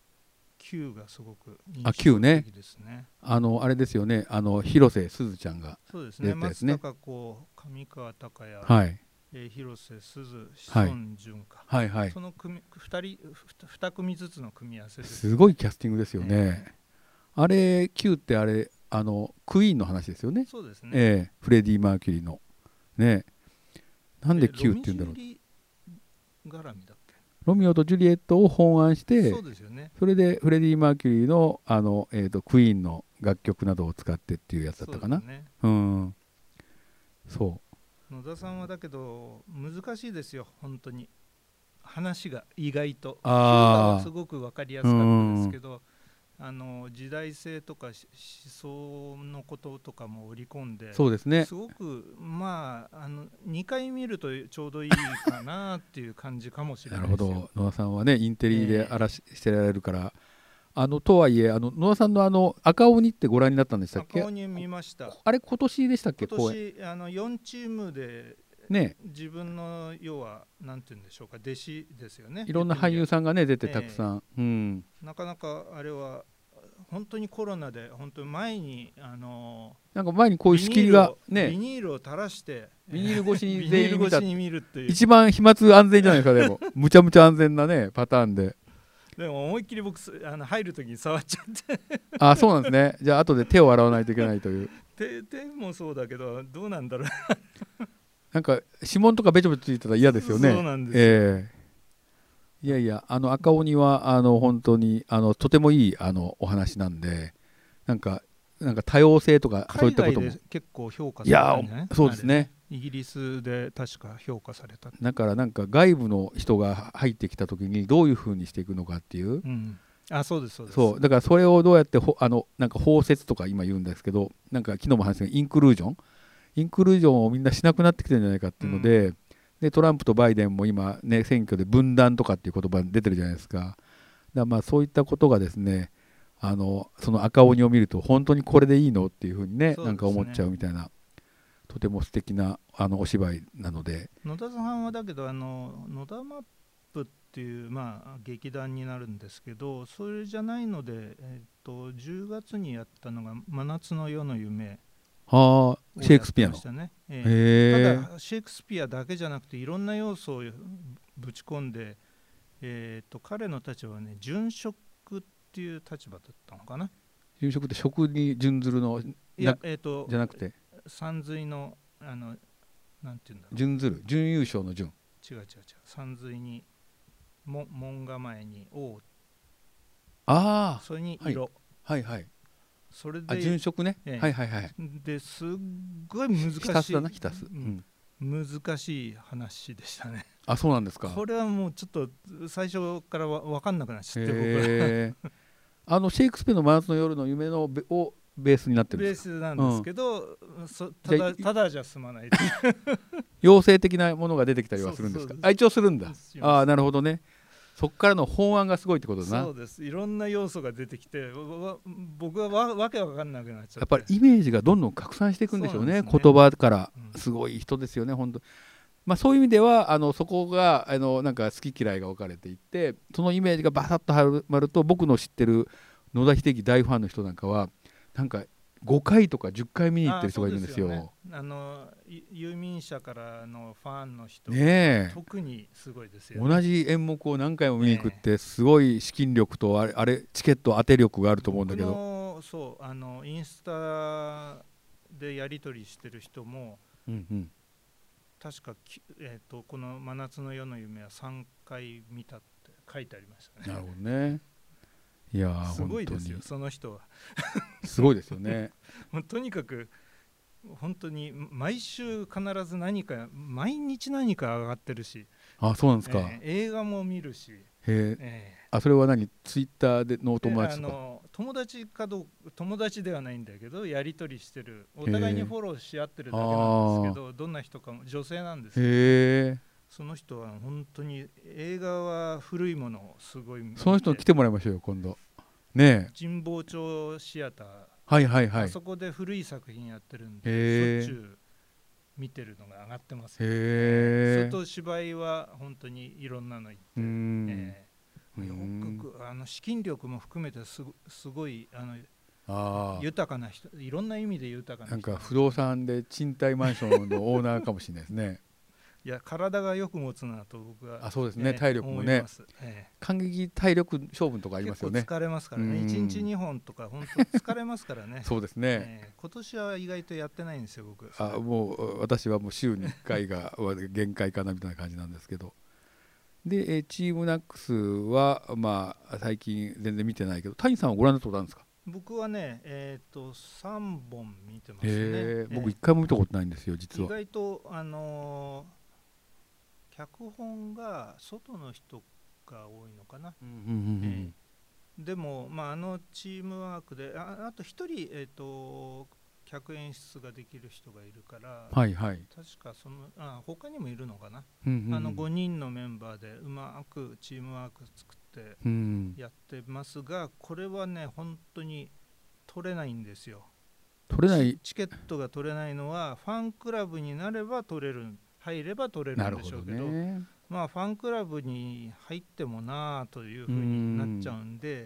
[SPEAKER 3] Qがすごく
[SPEAKER 2] 印象的ですね。あのあれですよね。あの広瀬すずちゃんが
[SPEAKER 3] 出てたやつね。そうですね。松たか子、上川隆也、
[SPEAKER 2] はい
[SPEAKER 3] えー、広瀬すず、志尊淳か、
[SPEAKER 2] はいはいはい、
[SPEAKER 3] その組ふたりに組ずつの組み合わせです。
[SPEAKER 2] すごいキャスティングですよね。えー、あれ Q ってあれあのクイーンの話ですよね。
[SPEAKER 3] そうですね。
[SPEAKER 2] えー、フレディ・マーキュリーのね。なんで Q って言うんだろう。
[SPEAKER 3] 絡みだっけ。
[SPEAKER 2] ロミオとジュリエットを本案して、
[SPEAKER 3] そうですよね。
[SPEAKER 2] それでフレディ・マーキュリーのあの、えー、とクイーンの楽曲などを使ってっていうやつだったかな。そうですね。うん。そう。
[SPEAKER 3] 野田さんはだけど難しいですよ本当に。話が意外と。
[SPEAKER 2] ああ。
[SPEAKER 3] すごく分かりやすかったですけど。あの時代性とか思想のこととかも織り込んで、
[SPEAKER 2] そうですね。
[SPEAKER 3] すごくまああのにかい見るとちょうどいいかなっていう感じかもしれないですよ。
[SPEAKER 2] なるほど。野田さんはねインテリであらし、えー、してられるから、あのとはいえあの野田さんのあの赤鬼ってご覧になったんでしたっけ？
[SPEAKER 3] 赤鬼見ました。
[SPEAKER 2] あれ今年でしたっけ？
[SPEAKER 3] 今年あのよんチームで。ね、自分の要はなんて言うんでしょうか、弟子ですよね。
[SPEAKER 2] いろんな俳優さんがね出てたくさん、
[SPEAKER 3] えーうん、なかなかあれは本当にコロナで本当に前にあの
[SPEAKER 2] なんか前にこういう仕切りがね、
[SPEAKER 3] ビニールを垂らして
[SPEAKER 2] ビニール越しに
[SPEAKER 3] ビニ
[SPEAKER 2] 全員見た
[SPEAKER 3] ール越しに見るっていう。
[SPEAKER 2] 一番飛沫安全じゃないですか。でもむちゃむちゃ安全なねパターンで。
[SPEAKER 3] でも思いっきり僕あの入るときに触っちゃって
[SPEAKER 2] あ、そうなんですね。じゃあ後で手を洗わないといけないという。
[SPEAKER 3] 手, 手もそうだけどどうなんだろう
[SPEAKER 2] なんか指紋とかべちょべちょついてたら嫌ですよね。
[SPEAKER 3] そうなんですよ、
[SPEAKER 2] えー、いやいや、あの赤鬼はあの本当にあのとてもいいあのお話なんで、なんかなんか多様性とかそういったことも
[SPEAKER 3] 海外で結構評価されたんじゃない？
[SPEAKER 2] いやそうですね。
[SPEAKER 3] イギリスで確か評価された。
[SPEAKER 2] だからなんか外部の人が入ってきた時にどういうふうにしていくのかっていう、
[SPEAKER 3] うん、あ、そうですそうです。
[SPEAKER 2] そうだからそれをどうやってほあのなんか包摂とか今言うんですけど、なんか昨日も話したけどインクルージョンインクルージョンをみんなしなくなってきてるんじゃないかっていうので、うん、でトランプとバイデンも今ね選挙で分断とかっていう言葉出てるじゃないですか。だからまあそういったことがですね、あのその赤鬼を見ると本当にこれでいいのっていうふうに ね, ねなんか思っちゃうみたいな、とても素敵なあのお芝居なので。
[SPEAKER 3] 野田さんはだけどあの野田マップっていう、まあ、劇団になるんですけど、それじゃないので、えー、とじゅうがつにやったのが真夏の夜の夢、
[SPEAKER 2] はあ、シェイクスピアの、
[SPEAKER 3] ねえ
[SPEAKER 2] ー、
[SPEAKER 3] ただシェイクスピアだけじゃなくていろんな要素をぶち込んで、えー、と彼の立場はね殉職っていう立場だったのかな。
[SPEAKER 2] 殉職って職に準ずるのい
[SPEAKER 3] や、えー、と
[SPEAKER 2] じゃなくて
[SPEAKER 3] 山水のあのなんていうんだろう、
[SPEAKER 2] 準ずる準優勝の準、
[SPEAKER 3] 違う違う違う、山水にも門構えに王、
[SPEAKER 2] ああ
[SPEAKER 3] それに色、
[SPEAKER 2] はい、はいはい
[SPEAKER 3] それで
[SPEAKER 2] あ殉職ね、
[SPEAKER 3] ええ、
[SPEAKER 2] はいはいはい、
[SPEAKER 3] ですっごい難しい、
[SPEAKER 2] 浸すだな浸す、う
[SPEAKER 3] ん、難しい話でしたね。
[SPEAKER 2] あ、そうなんですか。
[SPEAKER 3] これはもうちょっと最初からわ分かんなくなっちゃって、僕は
[SPEAKER 2] あのシェイクスピアの真夏の夜の夢のをベースになってるんですか。
[SPEAKER 3] ベースなんですけど、うん、そただただじゃ済まない
[SPEAKER 2] 妖精的なものが出てきたりはするんですか。あ、一応するんだ。ああ、なるほどね。そこからの本案がすごいってことだな。
[SPEAKER 3] そうです。いろんな要素が出てきて僕は わ, わけわかんなくなっちゃって、
[SPEAKER 2] やっぱりイメージがどんどん拡散していくんでしょうね、言葉からすごい人ですよね、うん、本当。まあ、そういう意味ではあのそこがあのなんか好き嫌いが分かれていって、そのイメージがバサッとはまると、僕の知ってる野田秀樹大ファンの人なんかはなんかごかいとかじゅっかい見に行ってる人がいるんですよ。
[SPEAKER 3] あ, よ、ね、あの遊民者からのファンの人、
[SPEAKER 2] ね、
[SPEAKER 3] 特にすごいですよね。
[SPEAKER 2] 同じ演目を何回も見に行くってすごい資金力とあれ、あれチケット当て力があると思うんだけど、
[SPEAKER 3] 僕のそうあのインスタでやり取りしてる人も、うんうん、確か、えー、とこの真夏の夜の夢はさんかい見たって書いてありましたね。
[SPEAKER 2] なるほどね。いや
[SPEAKER 3] すごいですよ、その人は
[SPEAKER 2] すごいですよね
[SPEAKER 3] もうとにかく本当に毎週必ず何か毎日何か上がってるし。
[SPEAKER 2] あ、そうなんですか。
[SPEAKER 3] えー、映画も見るし。へ
[SPEAKER 2] えー、あ、それは何、ツイッターでのお友達とか。
[SPEAKER 3] あの友達かどう友達ではないんだけど、やり取りしてる、お互いにフォローし合ってるだけなんですけど、どんな人かも女性なんですけど、
[SPEAKER 2] へ、
[SPEAKER 3] その人は本当に映画は古いものをすごい見て、
[SPEAKER 2] その人に来てもらいましょうよ今度ね。
[SPEAKER 3] 神保町シアター、
[SPEAKER 2] はいはいはい、
[SPEAKER 3] あそこで古い作品やってるんで、しょっちゅう見てるのが上がってますよ、ね。へ、それと芝居は本当にいろんなの行って、うん、えー、よくあの資金力も含めて す, すごいあのあ豊かな人、いろんな意味で豊かな人、
[SPEAKER 2] なんか不動産で賃貸マンションのオーナーかもしれないですね
[SPEAKER 3] いや、体がよく持つなと僕は、
[SPEAKER 2] あ、そうですね、えー、体力もね、えー、感激体力勝負とかありますよね。
[SPEAKER 3] 結構疲れますからね、いちにちにほんとか本当疲れますからね
[SPEAKER 2] そうですね、
[SPEAKER 3] えー、今年は意外とやってないんですよ僕。
[SPEAKER 2] あ、もう私はもう週にいっかいが限界かなみたいな感じなんですけどでチームナックスはまあ最近全然見てないけど、谷さんはご覧になったことあるんですか。
[SPEAKER 3] 僕はね、えー、とさんぼん見てますね。え
[SPEAKER 2] ー、僕いっかいも見たことないんですよ実は。
[SPEAKER 3] 意外とあのー脚本が外の人が多いのかな。でも、まあ、あのチームワークで あ, あとひとり、えー、と客演出ができる人がいるから、
[SPEAKER 2] はいはい、
[SPEAKER 3] 確かそのあ他にもいるのかな、
[SPEAKER 2] うんうんうん、
[SPEAKER 3] あのごにんのメンバーでうまくチームワーク作ってやってますが、うん、これはね本当に取れないんですよ。
[SPEAKER 2] 取れない
[SPEAKER 3] チ, チケットが取れないのはファンクラブになれば取れる、入れば取れるんでしょうけ ど, ど、ね、まあファンクラブに入ってもなあというふうになっちゃうんで、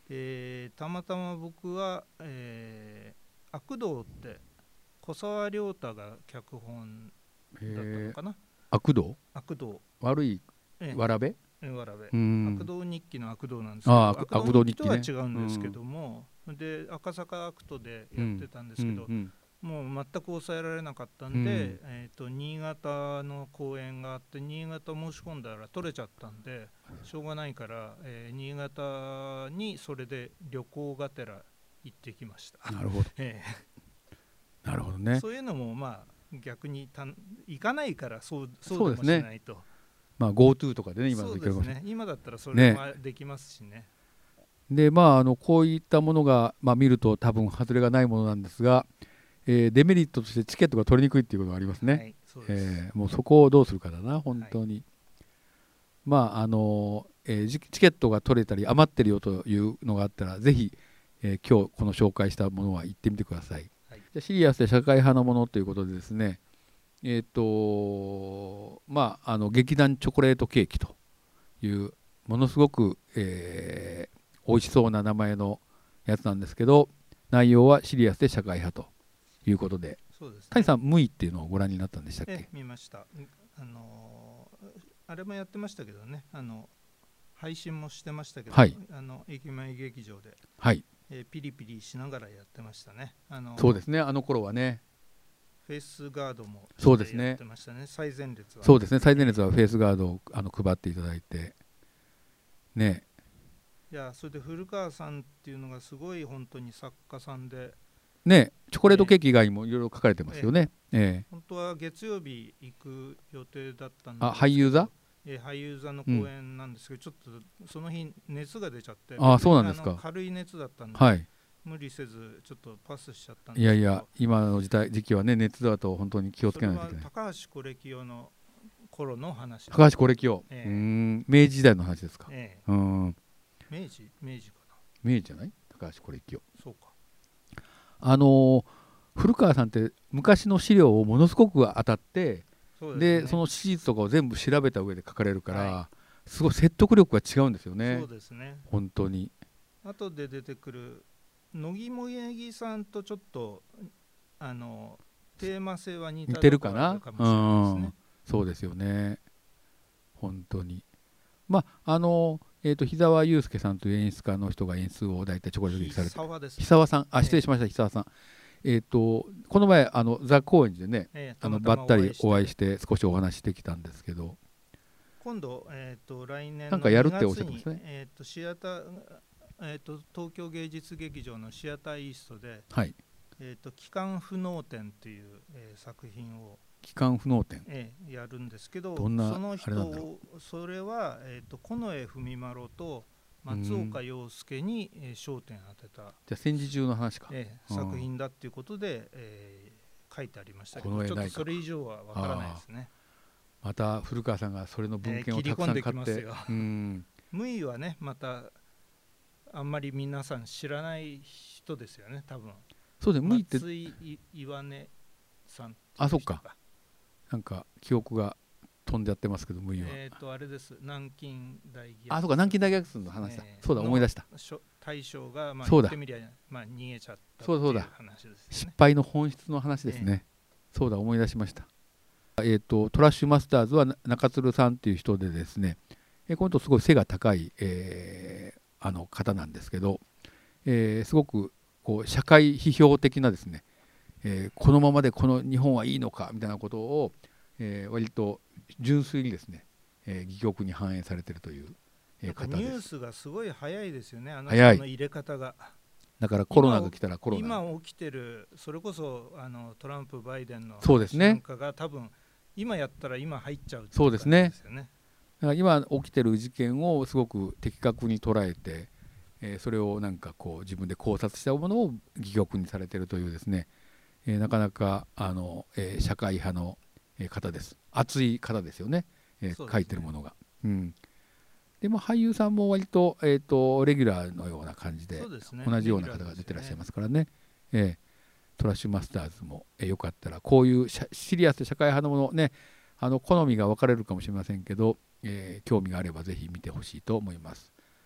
[SPEAKER 3] えーたまたま僕は、えー悪道って小沢亮太が脚本だったのかな。
[SPEAKER 2] 悪道、
[SPEAKER 3] 悪道、
[SPEAKER 2] 悪い
[SPEAKER 3] ええ
[SPEAKER 2] わらべ、
[SPEAKER 3] えわらべ、
[SPEAKER 2] うん
[SPEAKER 3] 悪道日記の悪道なんですけど、
[SPEAKER 2] ああ
[SPEAKER 3] 悪
[SPEAKER 2] 悪道
[SPEAKER 3] 道
[SPEAKER 2] 日記ね
[SPEAKER 3] 日記とは違うんですけども、で赤坂悪都でやってたんですけど、
[SPEAKER 2] うんうん
[SPEAKER 3] もう全く抑えられなかったんで、
[SPEAKER 2] うん
[SPEAKER 3] えー、と新潟の公演があって、新潟申し込んだら取れちゃったんでしょうがないから、えー新潟にそれで旅行がてら行ってきました。
[SPEAKER 2] なるほど、
[SPEAKER 3] え
[SPEAKER 2] なるほど
[SPEAKER 3] ー
[SPEAKER 2] ね。
[SPEAKER 3] そういうのもまあ逆にたん行かないからそうそうでも
[SPEAKER 2] そうですね
[SPEAKER 3] しないと。
[SPEAKER 2] まあ GoTo とかでね、今の
[SPEAKER 3] そう
[SPEAKER 2] できるかもしれない。
[SPEAKER 3] ですね、今だったらそれもできますしね。
[SPEAKER 2] でまああのこういったものが、まあ、見ると多分外れがないものなんですが、えーデメリットとしてチケットが取りにくいっていうことがありますね。
[SPEAKER 3] はい、そうです。
[SPEAKER 2] えーもうそこをどうするかだな本当に。まああのえーチチケットが取れたり余ってるよというのがあったらぜひ、えー今日この紹介したものは行ってみてください。
[SPEAKER 3] はい
[SPEAKER 2] じゃあシリアスで社会派のものということでですね、えっ、とまああの劇団チョコレートケーキというものすごく、えー美味しそうな名前のやつなんですけど、内容はシリアスで社会派ということで、
[SPEAKER 3] そうですね。
[SPEAKER 2] 谷さん、ムイっていうのをご覧になったんでしたっ
[SPEAKER 3] え
[SPEAKER 2] け？
[SPEAKER 3] 見ました。あのーあれもやってましたけどね、あの配信もしてましたけど、
[SPEAKER 2] はい
[SPEAKER 3] あの駅前劇場で、
[SPEAKER 2] はい、
[SPEAKER 3] えーピリピリしながらやってましたね。あの
[SPEAKER 2] そうですね、あの頃はね、
[SPEAKER 3] フェイスガードも
[SPEAKER 2] そうですね
[SPEAKER 3] やってましたね。最前列は。
[SPEAKER 2] そうですね、最前列はフェイスガードをあの配っていただいて、ね、
[SPEAKER 3] いや、それで古川さんっていうのがすごい本当に作家さんで、
[SPEAKER 2] ね、チョコレートケーキ以外にもいろいろ書かれてますよね。ええ
[SPEAKER 3] 本当は月曜日行く予定だったんですけど、
[SPEAKER 2] あ、俳優座？
[SPEAKER 3] えー俳優座の公演なんですけど、ちょっとその日熱が出ちゃって、
[SPEAKER 2] あ、そうなんですか。
[SPEAKER 3] あの軽い熱だったんで、
[SPEAKER 2] はい。
[SPEAKER 3] 無理せずちょっとパスしちゃったんですけど、
[SPEAKER 2] いやいや、今の時代時期はね、熱だと本当に気をつけないといけない。
[SPEAKER 3] それは高橋是清の頃の話です。
[SPEAKER 2] 高橋是清、
[SPEAKER 3] ええ
[SPEAKER 2] うーん、明治時代の話ですか。
[SPEAKER 3] え
[SPEAKER 2] うーん、
[SPEAKER 3] え明治明治かな。
[SPEAKER 2] 明治じゃない？高橋是清。
[SPEAKER 3] そうか。
[SPEAKER 2] あのー古川さんって昔の資料をものすごく当たって
[SPEAKER 3] そう
[SPEAKER 2] で、
[SPEAKER 3] ですね。
[SPEAKER 2] その史実とかを全部調べた上で書かれるから、
[SPEAKER 3] は
[SPEAKER 2] すごい説得力が違うんですよね
[SPEAKER 3] そうですね。
[SPEAKER 2] 本当に。
[SPEAKER 3] 後で出てくる乃木もやぎさんとちょっとあのテーマ性は似た
[SPEAKER 2] 似てるかな。
[SPEAKER 3] ところあるかもしれないですね。
[SPEAKER 2] そうですよね本当に。まああのえーと日沢祐介さんという演出家の人が演出を大体チョコレート劇されて、
[SPEAKER 3] 久和です。
[SPEAKER 2] 久和さん、あ、
[SPEAKER 3] ええ
[SPEAKER 2] 失礼しました、久和さん。えっ、とこの前あのザ・高円寺でね、
[SPEAKER 3] ええ
[SPEAKER 2] あの
[SPEAKER 3] たまたま
[SPEAKER 2] ばったりお会い
[SPEAKER 3] し
[SPEAKER 2] して少しお話してきたんですけど、
[SPEAKER 3] 今度、えー、と来年の
[SPEAKER 2] なんかやるっておっしゃって
[SPEAKER 3] にがつに
[SPEAKER 2] ますね。
[SPEAKER 3] えー、とシアター、えー、と東京芸術劇場のシアターイーストで、
[SPEAKER 2] はい。
[SPEAKER 3] えー、と帰還不能展という、えー作品を、
[SPEAKER 2] 帰還不能展。
[SPEAKER 3] えーやるんですけど、
[SPEAKER 2] どんな
[SPEAKER 3] その
[SPEAKER 2] あれなんだろ
[SPEAKER 3] 人それは、えー、と近衛文麿と松岡洋介に、えー焦点当てた、
[SPEAKER 2] じゃあ戦時中の話か。
[SPEAKER 3] えー
[SPEAKER 2] うん
[SPEAKER 3] 作品だっていうことで、えー書いてありましたけど、
[SPEAKER 2] 近衛内閣
[SPEAKER 3] ちょっとそれ以上はわからないですね。
[SPEAKER 2] また古川さんがそれの文献を
[SPEAKER 3] えー切り
[SPEAKER 2] たくさん
[SPEAKER 3] 込んでき
[SPEAKER 2] 買って、
[SPEAKER 3] ますよ
[SPEAKER 2] うん、
[SPEAKER 3] ムイはね、またあんまり皆さん知らない人ですよね、多分。
[SPEAKER 2] そうですね。向いて
[SPEAKER 3] 松井い岩根さんっていう人。
[SPEAKER 2] あそっかなんか記憶が飛んじゃってますけど、向いは。
[SPEAKER 3] えっ、とあれです、南京大学。
[SPEAKER 2] あ、そうか、南京大学生の話だ。
[SPEAKER 3] えー
[SPEAKER 2] そうだ、思い出した。
[SPEAKER 3] のしょ大将がまあ
[SPEAKER 2] そうだ
[SPEAKER 3] 言ってみりゃまあ逃げちゃったっていう
[SPEAKER 2] そうだそうだ
[SPEAKER 3] 話ですよ
[SPEAKER 2] 失
[SPEAKER 3] ね。
[SPEAKER 2] 敗の本質の話ですね。そうだ、思い出しました。えっ、とトラッシュマスターズはな中鶴さんっていう人でですね、えーこの人すごい背が高い、えーあの方なんですけど、えーすごくこう社会批評的なですね、えーこのままでこの日本はいいのかみたいなことを、えー割と純粋にですね、えー戯曲に反映されているという、えー方
[SPEAKER 3] ニュー
[SPEAKER 2] です。
[SPEAKER 3] スがすごい早いですよね、あの
[SPEAKER 2] 早い
[SPEAKER 3] 人の入れ方が。
[SPEAKER 2] だからコロナが来たらコロナ。
[SPEAKER 3] 今起きてる、それこそあのトランプ、バイデンの
[SPEAKER 2] そうですね
[SPEAKER 3] なんかが多分今やったら今入っちゃうってい
[SPEAKER 2] そうですね
[SPEAKER 3] 感じですよね。
[SPEAKER 2] だから今起きてる事件をすごく的確に捉えて、えーそれをなんかこう自分で考察したものを戯曲にされているというですね、えーなかなかあの、えー社会派のえー方です。熱い方ですよね、えー
[SPEAKER 3] そうですね
[SPEAKER 2] 書いてるものが。うんでも俳優さんも割と、えー、とレギュラーのような感じで
[SPEAKER 3] そうですね、
[SPEAKER 2] 同じような方が出てらっしゃいますからね。えートラッシュマスターズも、えーよかったらこういうシャシリアスで社会派のものね、あの好みが分かれるかもしれませんけど、えー興味があればぜひ見てほしいと思います。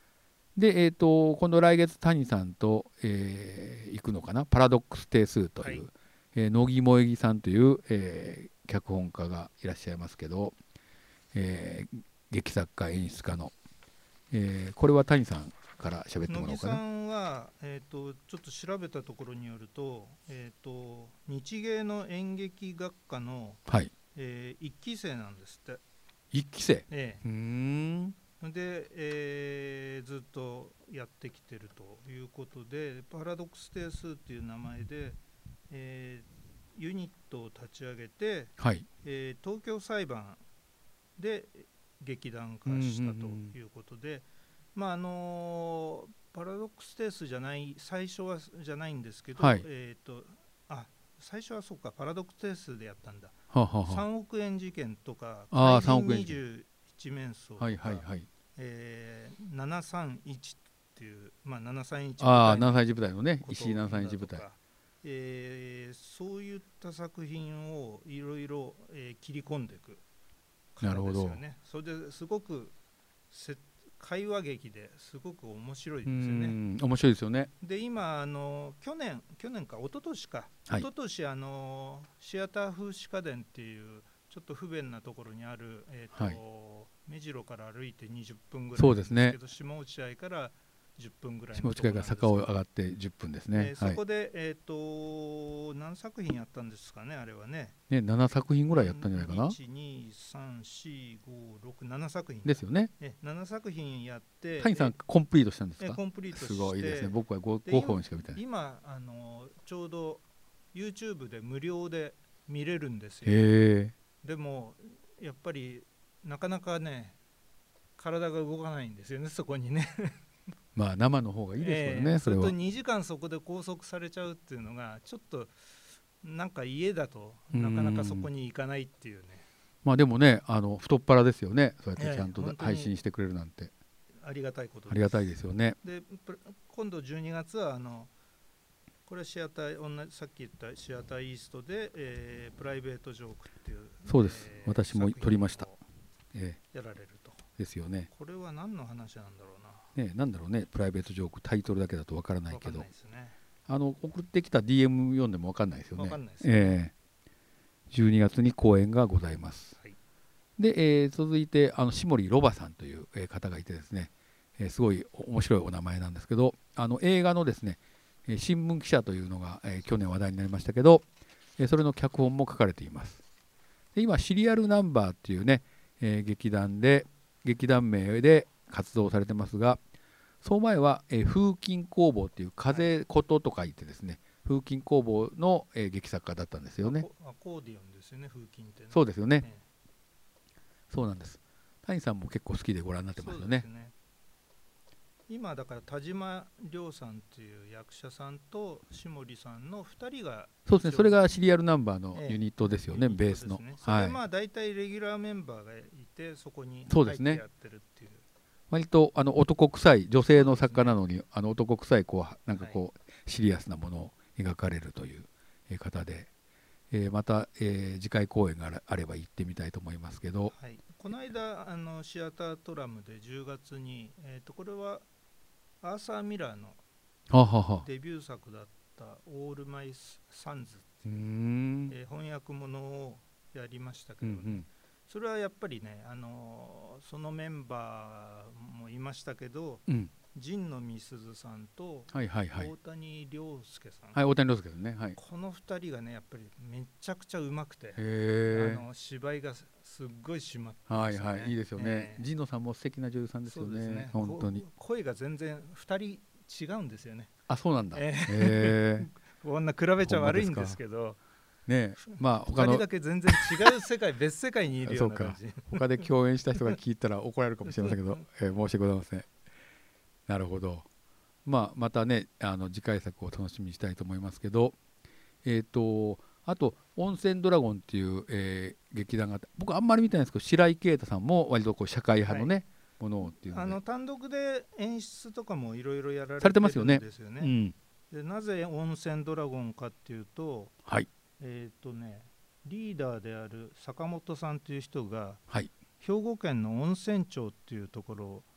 [SPEAKER 2] で、えー、と今度来月谷さんと、えー行くのかな、パラドックス定数という、
[SPEAKER 3] はい、
[SPEAKER 2] えー乃木萌木さんという、えー脚本家がいらっしゃいますけど、えー劇作家演出家の、えーこれは谷さんから喋ってもらおうかな。
[SPEAKER 3] 乃木さんは、えー、とちょっと調べたところによると、えー、と日芸の演劇学科の、
[SPEAKER 2] はい、
[SPEAKER 3] えー、いっき生なんですって。
[SPEAKER 2] 一期生。
[SPEAKER 3] え
[SPEAKER 2] うーん
[SPEAKER 3] え、で、えーずっとやってきてるということで、パラドックス定数っていう名前で、えーユニットを立ち上げて、
[SPEAKER 2] はい、
[SPEAKER 3] えー東京裁判で劇団化
[SPEAKER 2] うんうん
[SPEAKER 3] したと
[SPEAKER 2] うん
[SPEAKER 3] いうことで、まああのパラドックステースじゃない最初はじゃないんですけど、
[SPEAKER 2] はい
[SPEAKER 3] えっ、とあ最初はそうかパラドックステースでやったんだ。
[SPEAKER 2] はあはあは
[SPEAKER 3] さんおく円事件とか
[SPEAKER 2] あー
[SPEAKER 3] 怪人
[SPEAKER 2] さんおく円事件
[SPEAKER 3] にじゅういち面相とか、
[SPEAKER 2] はいはいはい。
[SPEAKER 3] えーななさんいちっていう、まあ、ななさんいち
[SPEAKER 2] ああ、
[SPEAKER 3] 部隊の
[SPEAKER 2] ななさんいち部隊のね、
[SPEAKER 3] こと
[SPEAKER 2] 石井ななさんいち部隊。
[SPEAKER 3] だとか、えーそういった作品をいろいろえー切り込んでいく方ですよね。それですごくせ会話劇ですごく面白いです
[SPEAKER 2] う
[SPEAKER 3] よね。
[SPEAKER 2] ん、面白いですよね。
[SPEAKER 3] で今あの去年去年か一昨年か、
[SPEAKER 2] はい
[SPEAKER 3] 一昨年あのシアター風刺家電っていうちょっと不便なところにある、えーと
[SPEAKER 2] はい
[SPEAKER 3] 目白から歩いてにじゅっぷんぐらいなんですけど、下落合からじゅっぷんぐらい
[SPEAKER 2] 下
[SPEAKER 3] のところなんですけど、
[SPEAKER 2] 近いから坂を上がってじゅっぷんですね。
[SPEAKER 3] えー
[SPEAKER 2] はい
[SPEAKER 3] そこで、えー、と何作品やったんですかね、あれはね。
[SPEAKER 2] ね、ななさく品ぐらいやったんじゃないかな。
[SPEAKER 3] いち、に、さん、よん、ご、ろく、なな作品
[SPEAKER 2] ですよね。
[SPEAKER 3] えなな作品やって
[SPEAKER 2] 谷さんコンプリートしたんですか。
[SPEAKER 3] えコンプリートして、
[SPEAKER 2] すごいですね。僕は 5,
[SPEAKER 3] で
[SPEAKER 2] ごほんしか見てない。
[SPEAKER 3] 今あのちょうど YouTube で無料で見れるんですよ。
[SPEAKER 2] へえ。
[SPEAKER 3] でもやっぱりなかなかね体が動かないんですよね、そこにね。
[SPEAKER 2] まあ生の方がいいですよね、
[SPEAKER 3] えー
[SPEAKER 2] それは。
[SPEAKER 3] それとにじかんそこで拘束されちゃうっていうのがちょっとなんか家だとなかなかそこに行かないっていうね。
[SPEAKER 2] まあでもね、あの太っ腹ですよね。そうやってちゃんと
[SPEAKER 3] ええ本当に
[SPEAKER 2] 配信してくれるなんて、
[SPEAKER 3] ありがたいことです。
[SPEAKER 2] ありがたいですよね。
[SPEAKER 3] でプ今度じゅうにがつはあのこれはシアター同じさっき言ったシアターイーストで、えープライベートジョークっていう、
[SPEAKER 2] そうです
[SPEAKER 3] えー
[SPEAKER 2] 私も撮りました
[SPEAKER 3] 作
[SPEAKER 2] え
[SPEAKER 3] 品をやられると。
[SPEAKER 2] えですよね。
[SPEAKER 3] これは何の話なんだろうな。
[SPEAKER 2] ね、なんだろうね、プライベートジョーク、タイトルだけだとわからない
[SPEAKER 3] わかん
[SPEAKER 2] けど、
[SPEAKER 3] ないですね。
[SPEAKER 2] あの送ってきた ディーエム 読んでもわかんないですよね。
[SPEAKER 3] わかんないですね。
[SPEAKER 2] ええじゅうにがつに公演がございます。
[SPEAKER 3] はい
[SPEAKER 2] で、えー続いてあの下森ロバさんというえー方がいてですね、えーすごい面白いお名前なんですけど、あの映画のですね、えー新聞記者というのが、えー去年話題になりましたけど、えーそれの脚本も書かれています。で今シリアルナンバーっていうね、えー劇団で劇団名で活動されてますが、その前は、えー風琴工房っていう風琴と書いてですね、風琴工房の、えー劇作家だったんですよね。
[SPEAKER 3] アコアコーディオンですよね、風琴ってね。
[SPEAKER 2] そうですよね。
[SPEAKER 3] ええ
[SPEAKER 2] そうなんです。谷さんも結構好きでご覧になってますよね
[SPEAKER 3] そうです。ね。今だから田島亮さんっていう役者さんと下森さんのふたりが
[SPEAKER 2] そうですね。それがシリアルナンバーの
[SPEAKER 3] ええ
[SPEAKER 2] ユニットですよね、
[SPEAKER 3] ユニット
[SPEAKER 2] ベースの。
[SPEAKER 3] ですね。それでまあ大体レギュラーメンバーがいてそこに
[SPEAKER 2] そうですね
[SPEAKER 3] 入ってやってるっていう。
[SPEAKER 2] 割とあの男臭い女性の作家なのに、あの男臭いこうなんかこう、シリアスなものを描かれるというえー方で、えーまた、えー次回公演があらあれば行ってみたいと思いますけど、
[SPEAKER 3] はい、この間あのシアタートラムでじゅうがつに、えー、とこれはアーサー・ミラーの
[SPEAKER 2] ははは
[SPEAKER 3] デビュー作だった「オール・マイ・サンズ」
[SPEAKER 2] うーん
[SPEAKER 3] えー翻訳ものをやりましたけどね、
[SPEAKER 2] うんうん
[SPEAKER 3] それはやっぱりね、あのーそのメンバーもいましたけど
[SPEAKER 2] うん
[SPEAKER 3] 陣野美鈴さんと
[SPEAKER 2] はいはいはい
[SPEAKER 3] 大谷亮介さん、
[SPEAKER 2] はい大谷亮介ですね。はい。
[SPEAKER 3] このふたりがねやっぱりめちゃくちゃうまくて、
[SPEAKER 2] へえ。
[SPEAKER 3] あの芝居がすすっごい締まって
[SPEAKER 2] はい
[SPEAKER 3] ますよね。
[SPEAKER 2] はいいいですよね。
[SPEAKER 3] えー
[SPEAKER 2] 神野さんも素敵な女優さんですよ
[SPEAKER 3] そうですね
[SPEAKER 2] ね。本当に。
[SPEAKER 3] こ声が全然ふたり違うんですよね。
[SPEAKER 2] あ、そうなんだ。へ
[SPEAKER 3] え
[SPEAKER 2] え。
[SPEAKER 3] こんな比べちゃ悪いんですけど、
[SPEAKER 2] ねえ、まあ
[SPEAKER 3] ふたり
[SPEAKER 2] 他の
[SPEAKER 3] だけ全然違う世界別世界にいるような感じ。
[SPEAKER 2] 他で共演した人が聞いたら怒られるかもしれませんけど、えー申し訳ございません。なるほど。まあまたね、あの次回作を楽しみにしたいと思いますけど、えっ、とあと温泉ドラゴンっていう、えー劇団があって、僕あんまり見てないんですけど、白井啓太さんも割とこう社会派のね、ものをっていうので
[SPEAKER 3] あの単独で演出とかもいろいろやられ
[SPEAKER 2] されて
[SPEAKER 3] てるん
[SPEAKER 2] ますよね
[SPEAKER 3] ですよね。
[SPEAKER 2] うん、
[SPEAKER 3] でなぜ温泉ドラゴンかっていうと、
[SPEAKER 2] はい
[SPEAKER 3] えっ、とねリーダーである坂本さんという人が
[SPEAKER 2] はい
[SPEAKER 3] 兵庫県の温泉町っていうところ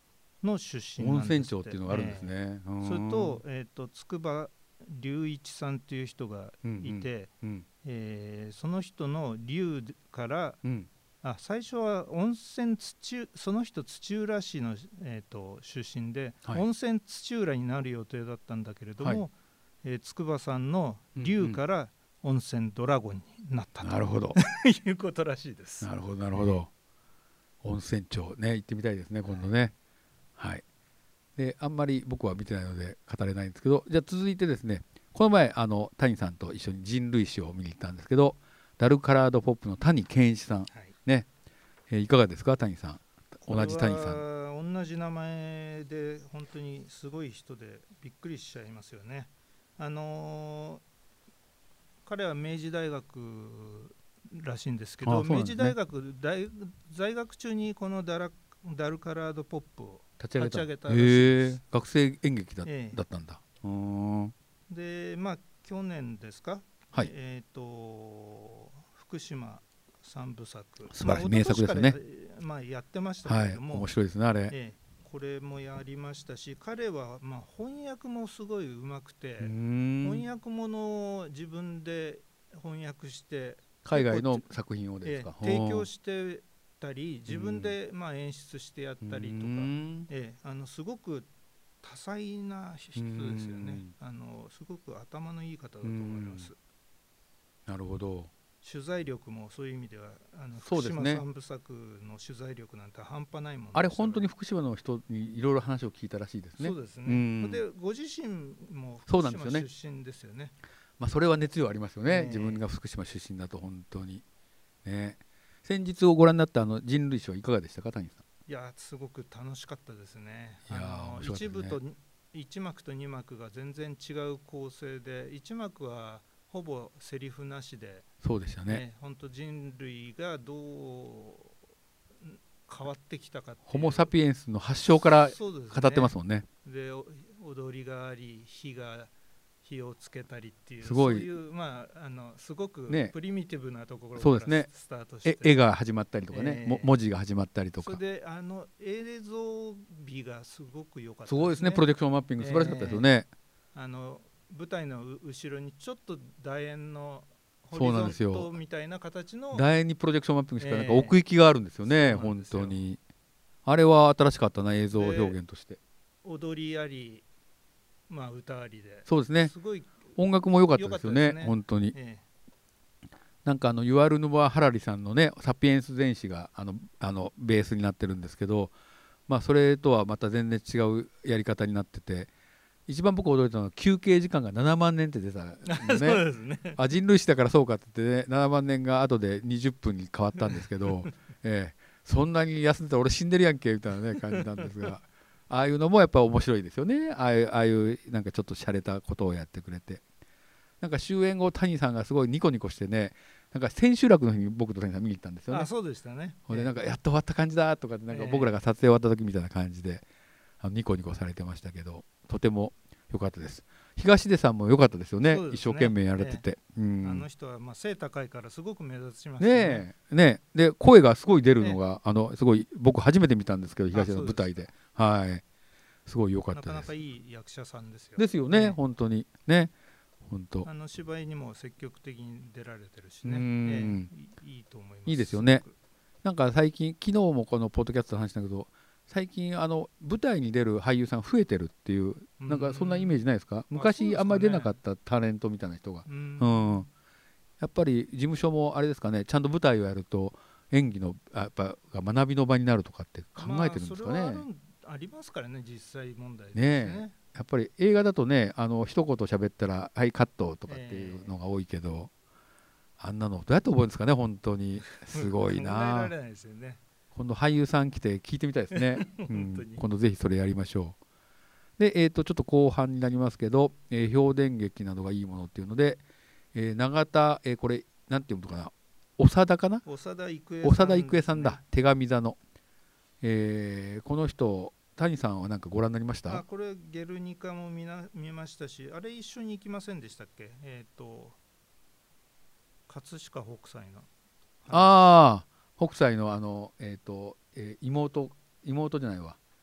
[SPEAKER 3] の出身なん
[SPEAKER 2] 温
[SPEAKER 3] ですって。
[SPEAKER 2] 泉町っていうのがあるんですね、え
[SPEAKER 3] ー、それと、えーと、筑波隆一さんっていう人がいて、うんうんえー、その人の龍から、うん、あ最初は温泉土その人土浦市の、えーと、出身で、はい、温泉土浦になる予定だったんだけれども、はいえー、筑波さんの龍から温泉ドラゴンになったと、うんうん、なるほどいうことらしいです。
[SPEAKER 2] なるほどなるほど、えー、温泉町ね行ってみたいですね今度ね。はい、はい、であんまり僕は見てないので語れないんですけど、じゃあ続いてですね、この前あの谷さんと一緒に人類史を見に行ったんですけど、ダルカラードポップの谷健一さん、はいねえー、いかがですか谷さん。同じ谷さん。
[SPEAKER 3] 同じ名前で本当にすごい人でびっくりしちゃいますよね。あのー、彼は明治大学らしいんですけど、ああ、ね、明治大学大在学中にこのダラダルカラードポップを立ち上げたらしいです。
[SPEAKER 2] 学生演劇 だ,、えー、だったんだ。
[SPEAKER 3] でまあ去年ですか、はい、えっ、ー、と福島三部作
[SPEAKER 2] 素晴らしい名作ですね。
[SPEAKER 3] まあ、やってましたけれども、
[SPEAKER 2] はい、面白いですねあれ、
[SPEAKER 3] えーこれもやりましたし、彼はまあ翻訳もすごいうまくて、翻訳ものを自分で翻訳して
[SPEAKER 2] 海外の作品をですか、
[SPEAKER 3] えー、提供してたり自分でまあ演出してやったりとか、えー、あのすごく多彩な人ですよね。あのすごく頭のいい方だと思います。
[SPEAKER 2] なるほど。
[SPEAKER 3] 取材力もそういう意味ではあの福島三部作の取材力なんて半端ないものです。
[SPEAKER 2] あれ本当に福島の人にいろいろ話を聞いたらしいですね。
[SPEAKER 3] そうですね。でご自身も福島出身ですよね。
[SPEAKER 2] まあそれは熱量ありますよね、えー、自分が福島出身だと本当にね。先日をご覧になったあの人類史はいかがでしたか谷さん。
[SPEAKER 3] いやすごく楽しかったですね。あの一部と一幕と二幕が全然違う構成で、一幕はほぼセリフなしで、
[SPEAKER 2] そうでしたね。
[SPEAKER 3] 本当、ね、人類がどう変わってきたかっていう、
[SPEAKER 2] ホモ・サピエンスの発祥から語ってますもんね。
[SPEAKER 3] で、踊りがあり火が火をつけたりっていう、
[SPEAKER 2] すごい
[SPEAKER 3] そういうまああのすごくプリミティブなところ
[SPEAKER 2] から、ね、
[SPEAKER 3] スタートして、
[SPEAKER 2] 絵が始まったりとかね、えー、文字が始まったりとか、
[SPEAKER 3] それであの映像美がすごく良かった
[SPEAKER 2] ですね。すごいですね。プロジェクションマッピング素晴らしかったですよね。
[SPEAKER 3] えー、あの舞台の後ろにちょっと楕円のホリゾントみたいな形の
[SPEAKER 2] 楕円にプロジェクションマッピングしかなんか奥行きがあるんですよね、えー、本当にあれは新しかったな、映像表現として。
[SPEAKER 3] 踊りあり、まあ、歌ありで、
[SPEAKER 2] そうですね、
[SPEAKER 3] すごい
[SPEAKER 2] 音楽も良かったですよね、ね本当に、えー、なんかあのユアル・ヌバー・ハラリさんのねサピエンス全史があのあのベースになってるんですけど、まあ、それとはまた全然違うやり方になってて、一番僕驚いたのは休憩時間がななまんねんって出たのね。
[SPEAKER 3] そうですね。
[SPEAKER 2] あ、人類史だからそうかって言ってね、ななまんねんが後でにじゅっぷんに変わったんですけど、ええ、そんなに休んでたら俺死んでるやんけみたいな、ね、感じなんですがああいうのもやっぱ面白いですよね。ああいう、ああいうなんかちょっと洒落たことをやってくれて、なんか終演後谷さんがすごいニコニコしてね、なんか千秋楽の日に僕と谷さん見に行ったんですよね。
[SPEAKER 3] あ、そうでしたね。
[SPEAKER 2] ほんでなんかやっと終わった感じだとかなんか僕らが撮影終わった時みたいな感じであのニコニコされてましたけど、とても良かったです。東出さんも良かったですよ ね, ね一生懸命やられてて、
[SPEAKER 3] ええ、うん、あの人はまあ背高いからすごく目立ちますね。
[SPEAKER 2] ね, ねで声がすごい出るのが、ね、あのすごい僕初めて見たんですけど東出の舞台で、はい、すごい良かったです。
[SPEAKER 3] なかなかいい役者さんですよ。
[SPEAKER 2] ですよね、ね本当にね、本当
[SPEAKER 3] あの芝居にも積極的に出られてるしね、ええ、いいと思います。
[SPEAKER 2] いいですよね。なんか最近昨日もこのポッドキャストの話だけど、最近あの舞台に出る俳優さん増えてるっていう、なんかそんなイメージないですか？昔あんまり出なかったタレントみたいな人が、うん、うん、やっぱり事務所もあれですかね、ちゃんと舞台をやると演技のやっぱ学びの場になるとかって考えてるんですかね。
[SPEAKER 3] まあ、それは あ, るありますからね、実際問題です
[SPEAKER 2] ね,
[SPEAKER 3] ね。
[SPEAKER 2] やっぱり映画だとね、あの一言喋ったらはいカットとかっていうのが多いけど、えー、あんなのどうやって覚えるんですかね、本当にすごいな。
[SPEAKER 3] 考えられないですよね。
[SPEAKER 2] 今度俳優さん来て聞いてみたいですね、うん、今度ぜひそれやりましょう。で、えー、とちょっと後半になりますけど、えー、評伝劇などがいいものっていうので、えー、永田、えー、これなんていうのかな、長田かな、
[SPEAKER 3] 長田郁恵
[SPEAKER 2] さん、長田郁恵さんだ、手紙座の、えー、この人谷さんは何かご覧になりました？
[SPEAKER 3] あ、これゲルニカも 見, な見ましたし、あれ一緒に行きませんでしたっけ、えっ、ー、と葛飾北斎の、
[SPEAKER 2] ああ北斎のあの、えーとえー、妹妹じゃないわ、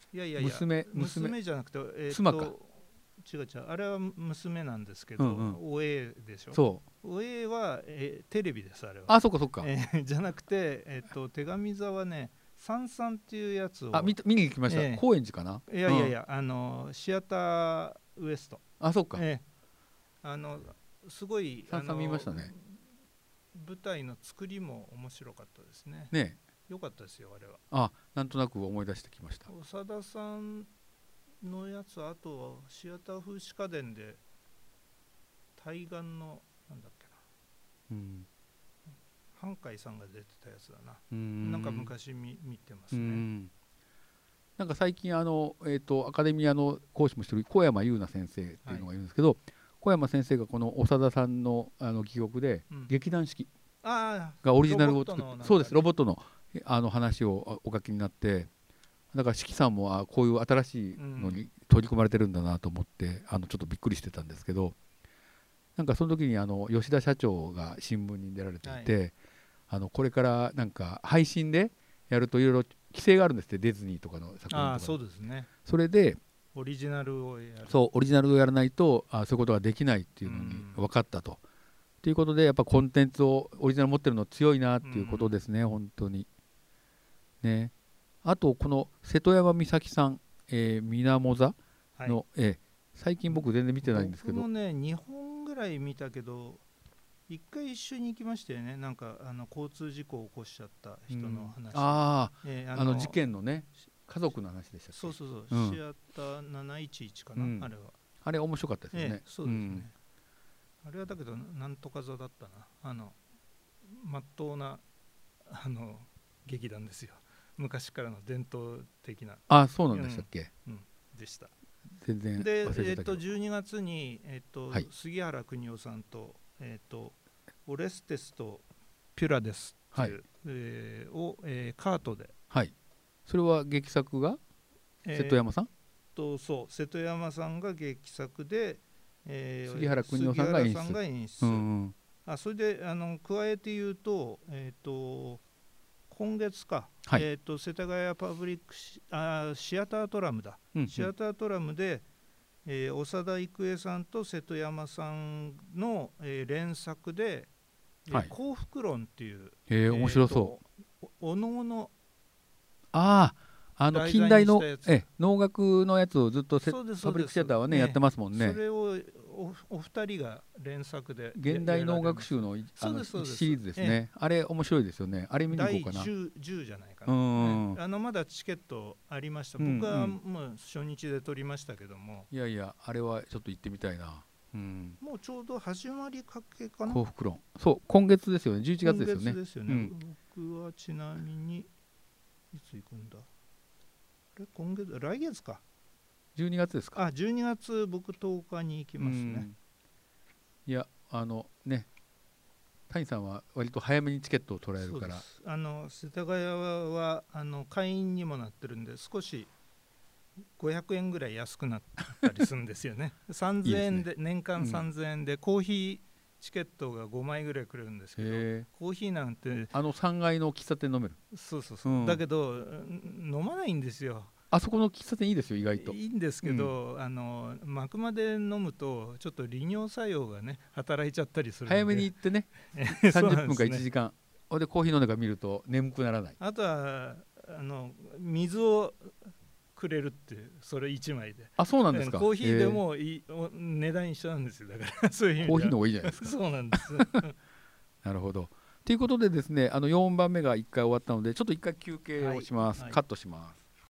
[SPEAKER 3] いやいやいや
[SPEAKER 2] 娘
[SPEAKER 3] 娘
[SPEAKER 2] 娘
[SPEAKER 3] じゃなくて、えーと
[SPEAKER 2] 妻か
[SPEAKER 3] 違う違う、あれは娘なんですけど、
[SPEAKER 2] うんうん、
[SPEAKER 3] おえでしょ。
[SPEAKER 2] そう
[SPEAKER 3] おえは、えーテレビです、あれは。
[SPEAKER 2] あそっかそっか、
[SPEAKER 3] えーじゃなくて、えーと手紙座はね、さんさんっていうやつを、
[SPEAKER 2] あ見た見に行きました、
[SPEAKER 3] えー
[SPEAKER 2] 高円寺かな。
[SPEAKER 3] いやいやいや、うん、あのシアターウエスト、
[SPEAKER 2] あそっか、
[SPEAKER 3] えー、あのすごい
[SPEAKER 2] さんさん見ましたね。
[SPEAKER 3] 舞台の作りも面白かったですね。
[SPEAKER 2] ね
[SPEAKER 3] よかったですよ、あれは。
[SPEAKER 2] あなんとなく思い出してきました。
[SPEAKER 3] 長田さんのやつ、あとはシアター風刺家電で対岸のなんだっけな、
[SPEAKER 2] うん、
[SPEAKER 3] 半海さんが出てたやつだな。
[SPEAKER 2] うん
[SPEAKER 3] なんか昔 見, 見てますね。
[SPEAKER 2] うんなんか最近あの、えー、とアカデミアの講師もしてる小山優奈先生っていうのがいるんですけど、はい、小山先生がこの長田さんのあの戯曲で、うん、劇団四季がオリジナルを作って、ね、そうですロボットのあの話をお書きになって、だから四季さんもあこういう新しいのに取り組まれてるんだなと思って、うん、あのちょっとびっくりしてたんですけど、なんかその時にあの吉田社長が新聞に出られていて、はい、あのこれからなんか配信でやるといろいろ規制があるんですって、ディズニーとかの作品とか。
[SPEAKER 3] あそうですね。
[SPEAKER 2] それで
[SPEAKER 3] オリジナルをやる、
[SPEAKER 2] そうオリジナルをやらないとあそういうことができないっていうのに分かったと、ということでやっぱコンテンツをオリジナル持ってるの強いなっていうことですね、本当にね。あとこの瀬戸山美咲さん、えー、みなも座の、はい、えー、最近僕全然見てないんですけど、
[SPEAKER 3] 僕もねにほんぐらい見たけど一回一緒に行きましたよね。なんかあの交通事故を起こしちゃった人の話、うん、
[SPEAKER 2] あ、えー、あのあの事件のね家族の話でしたっけ。
[SPEAKER 3] そうそうそう、うん、シアターなないちいちかな、うん、あれは
[SPEAKER 2] あれ面白かったですよね、
[SPEAKER 3] えー、そうですね、うん、あれはだけどなんとか座だったな。あのまっとうなあの劇団ですよ、昔からの伝統的な。
[SPEAKER 2] あそうなんでしたっけ、
[SPEAKER 3] うんうん、でした。
[SPEAKER 2] 全然
[SPEAKER 3] で、えー、とじゅうにがつに、えーと
[SPEAKER 2] はい、
[SPEAKER 3] 杉原邦夫さんと、えーとオレステスとピュラデスっていう、はい、えー、を、えー、カートで、
[SPEAKER 2] はい、それは劇作が瀬戸山さん、
[SPEAKER 3] えー、とそう瀬戸山さんが劇作で、えー、
[SPEAKER 2] 杉原邦夫さんが演出、
[SPEAKER 3] 杉原さんが演出、うんうん、あそれであの加えて言うと、えー、と今月か、はい、えー、と世田谷パブリックシあシアタートラムだ、うんうん、シアタートラムでえー、長田郁恵さんと瀬戸山さんの、えー、連作で、はい、幸福論っていう、
[SPEAKER 2] えー、面白そう、
[SPEAKER 3] おのおの
[SPEAKER 2] あああの近代のえ能楽のやつをずっとパブリックシアターはね、ねやってますもんね。
[SPEAKER 3] それをおお二人が連作で
[SPEAKER 2] 現代能楽集のあのシリーズですね、ええ、あれ面白いですよね。あれ見に行こうかな。
[SPEAKER 3] だいじゅう、じゅうじゃないかな、ね、あのまだチケットありました。僕はもう初日で取りましたけども、
[SPEAKER 2] いやいやあれはちょっと行ってみたいな、うん、
[SPEAKER 3] もうちょうど始まりかけかな。
[SPEAKER 2] 幸福論、そう今月ですよね、じゅういちがつですよね。
[SPEAKER 3] 今月ですよね、うん、僕はちなみにいつ行くんだ、あれ今月来月か、
[SPEAKER 2] じゅうにがつですか。
[SPEAKER 3] あじゅうにがつ僕とおかに行きますね。
[SPEAKER 2] いやあのね谷さんは割と早めにチケットを取られるから。
[SPEAKER 3] あの世田谷はあの会員にもなってるんで少しごひゃくえんぐらい安くなったりするんですよねさんぜんえんでいいですね、年間さんぜんえんで、うん、コーヒーチケットがごまいぐらいくれるんですけど、コーヒーなんて
[SPEAKER 2] あのさんがいの喫茶店飲める。
[SPEAKER 3] そうそうそう、うん、だけど飲まないんですよ。
[SPEAKER 2] あそこの喫茶店いいですよ、意外と
[SPEAKER 3] いいんですけど、うん、あの幕まで飲むとちょっと利尿作用がね働いちゃったりするので
[SPEAKER 2] 早めに行ってねさんじゅっぷんかいちじかんほんでコーヒー飲んでから見ると眠くならない。
[SPEAKER 3] あとはあの水をくれるっていう、それいちまいで。
[SPEAKER 2] あ、そうなんですか。
[SPEAKER 3] コーヒーでもいい、値段一緒なんですよ。だからそういう意味で
[SPEAKER 2] コーヒーの方がいいじゃないですか
[SPEAKER 3] そうなんです
[SPEAKER 2] なるほど。ということでですね、あのよんばんめがいっかい終わったのでちょっといっかい休憩をします、はいはい、カットします。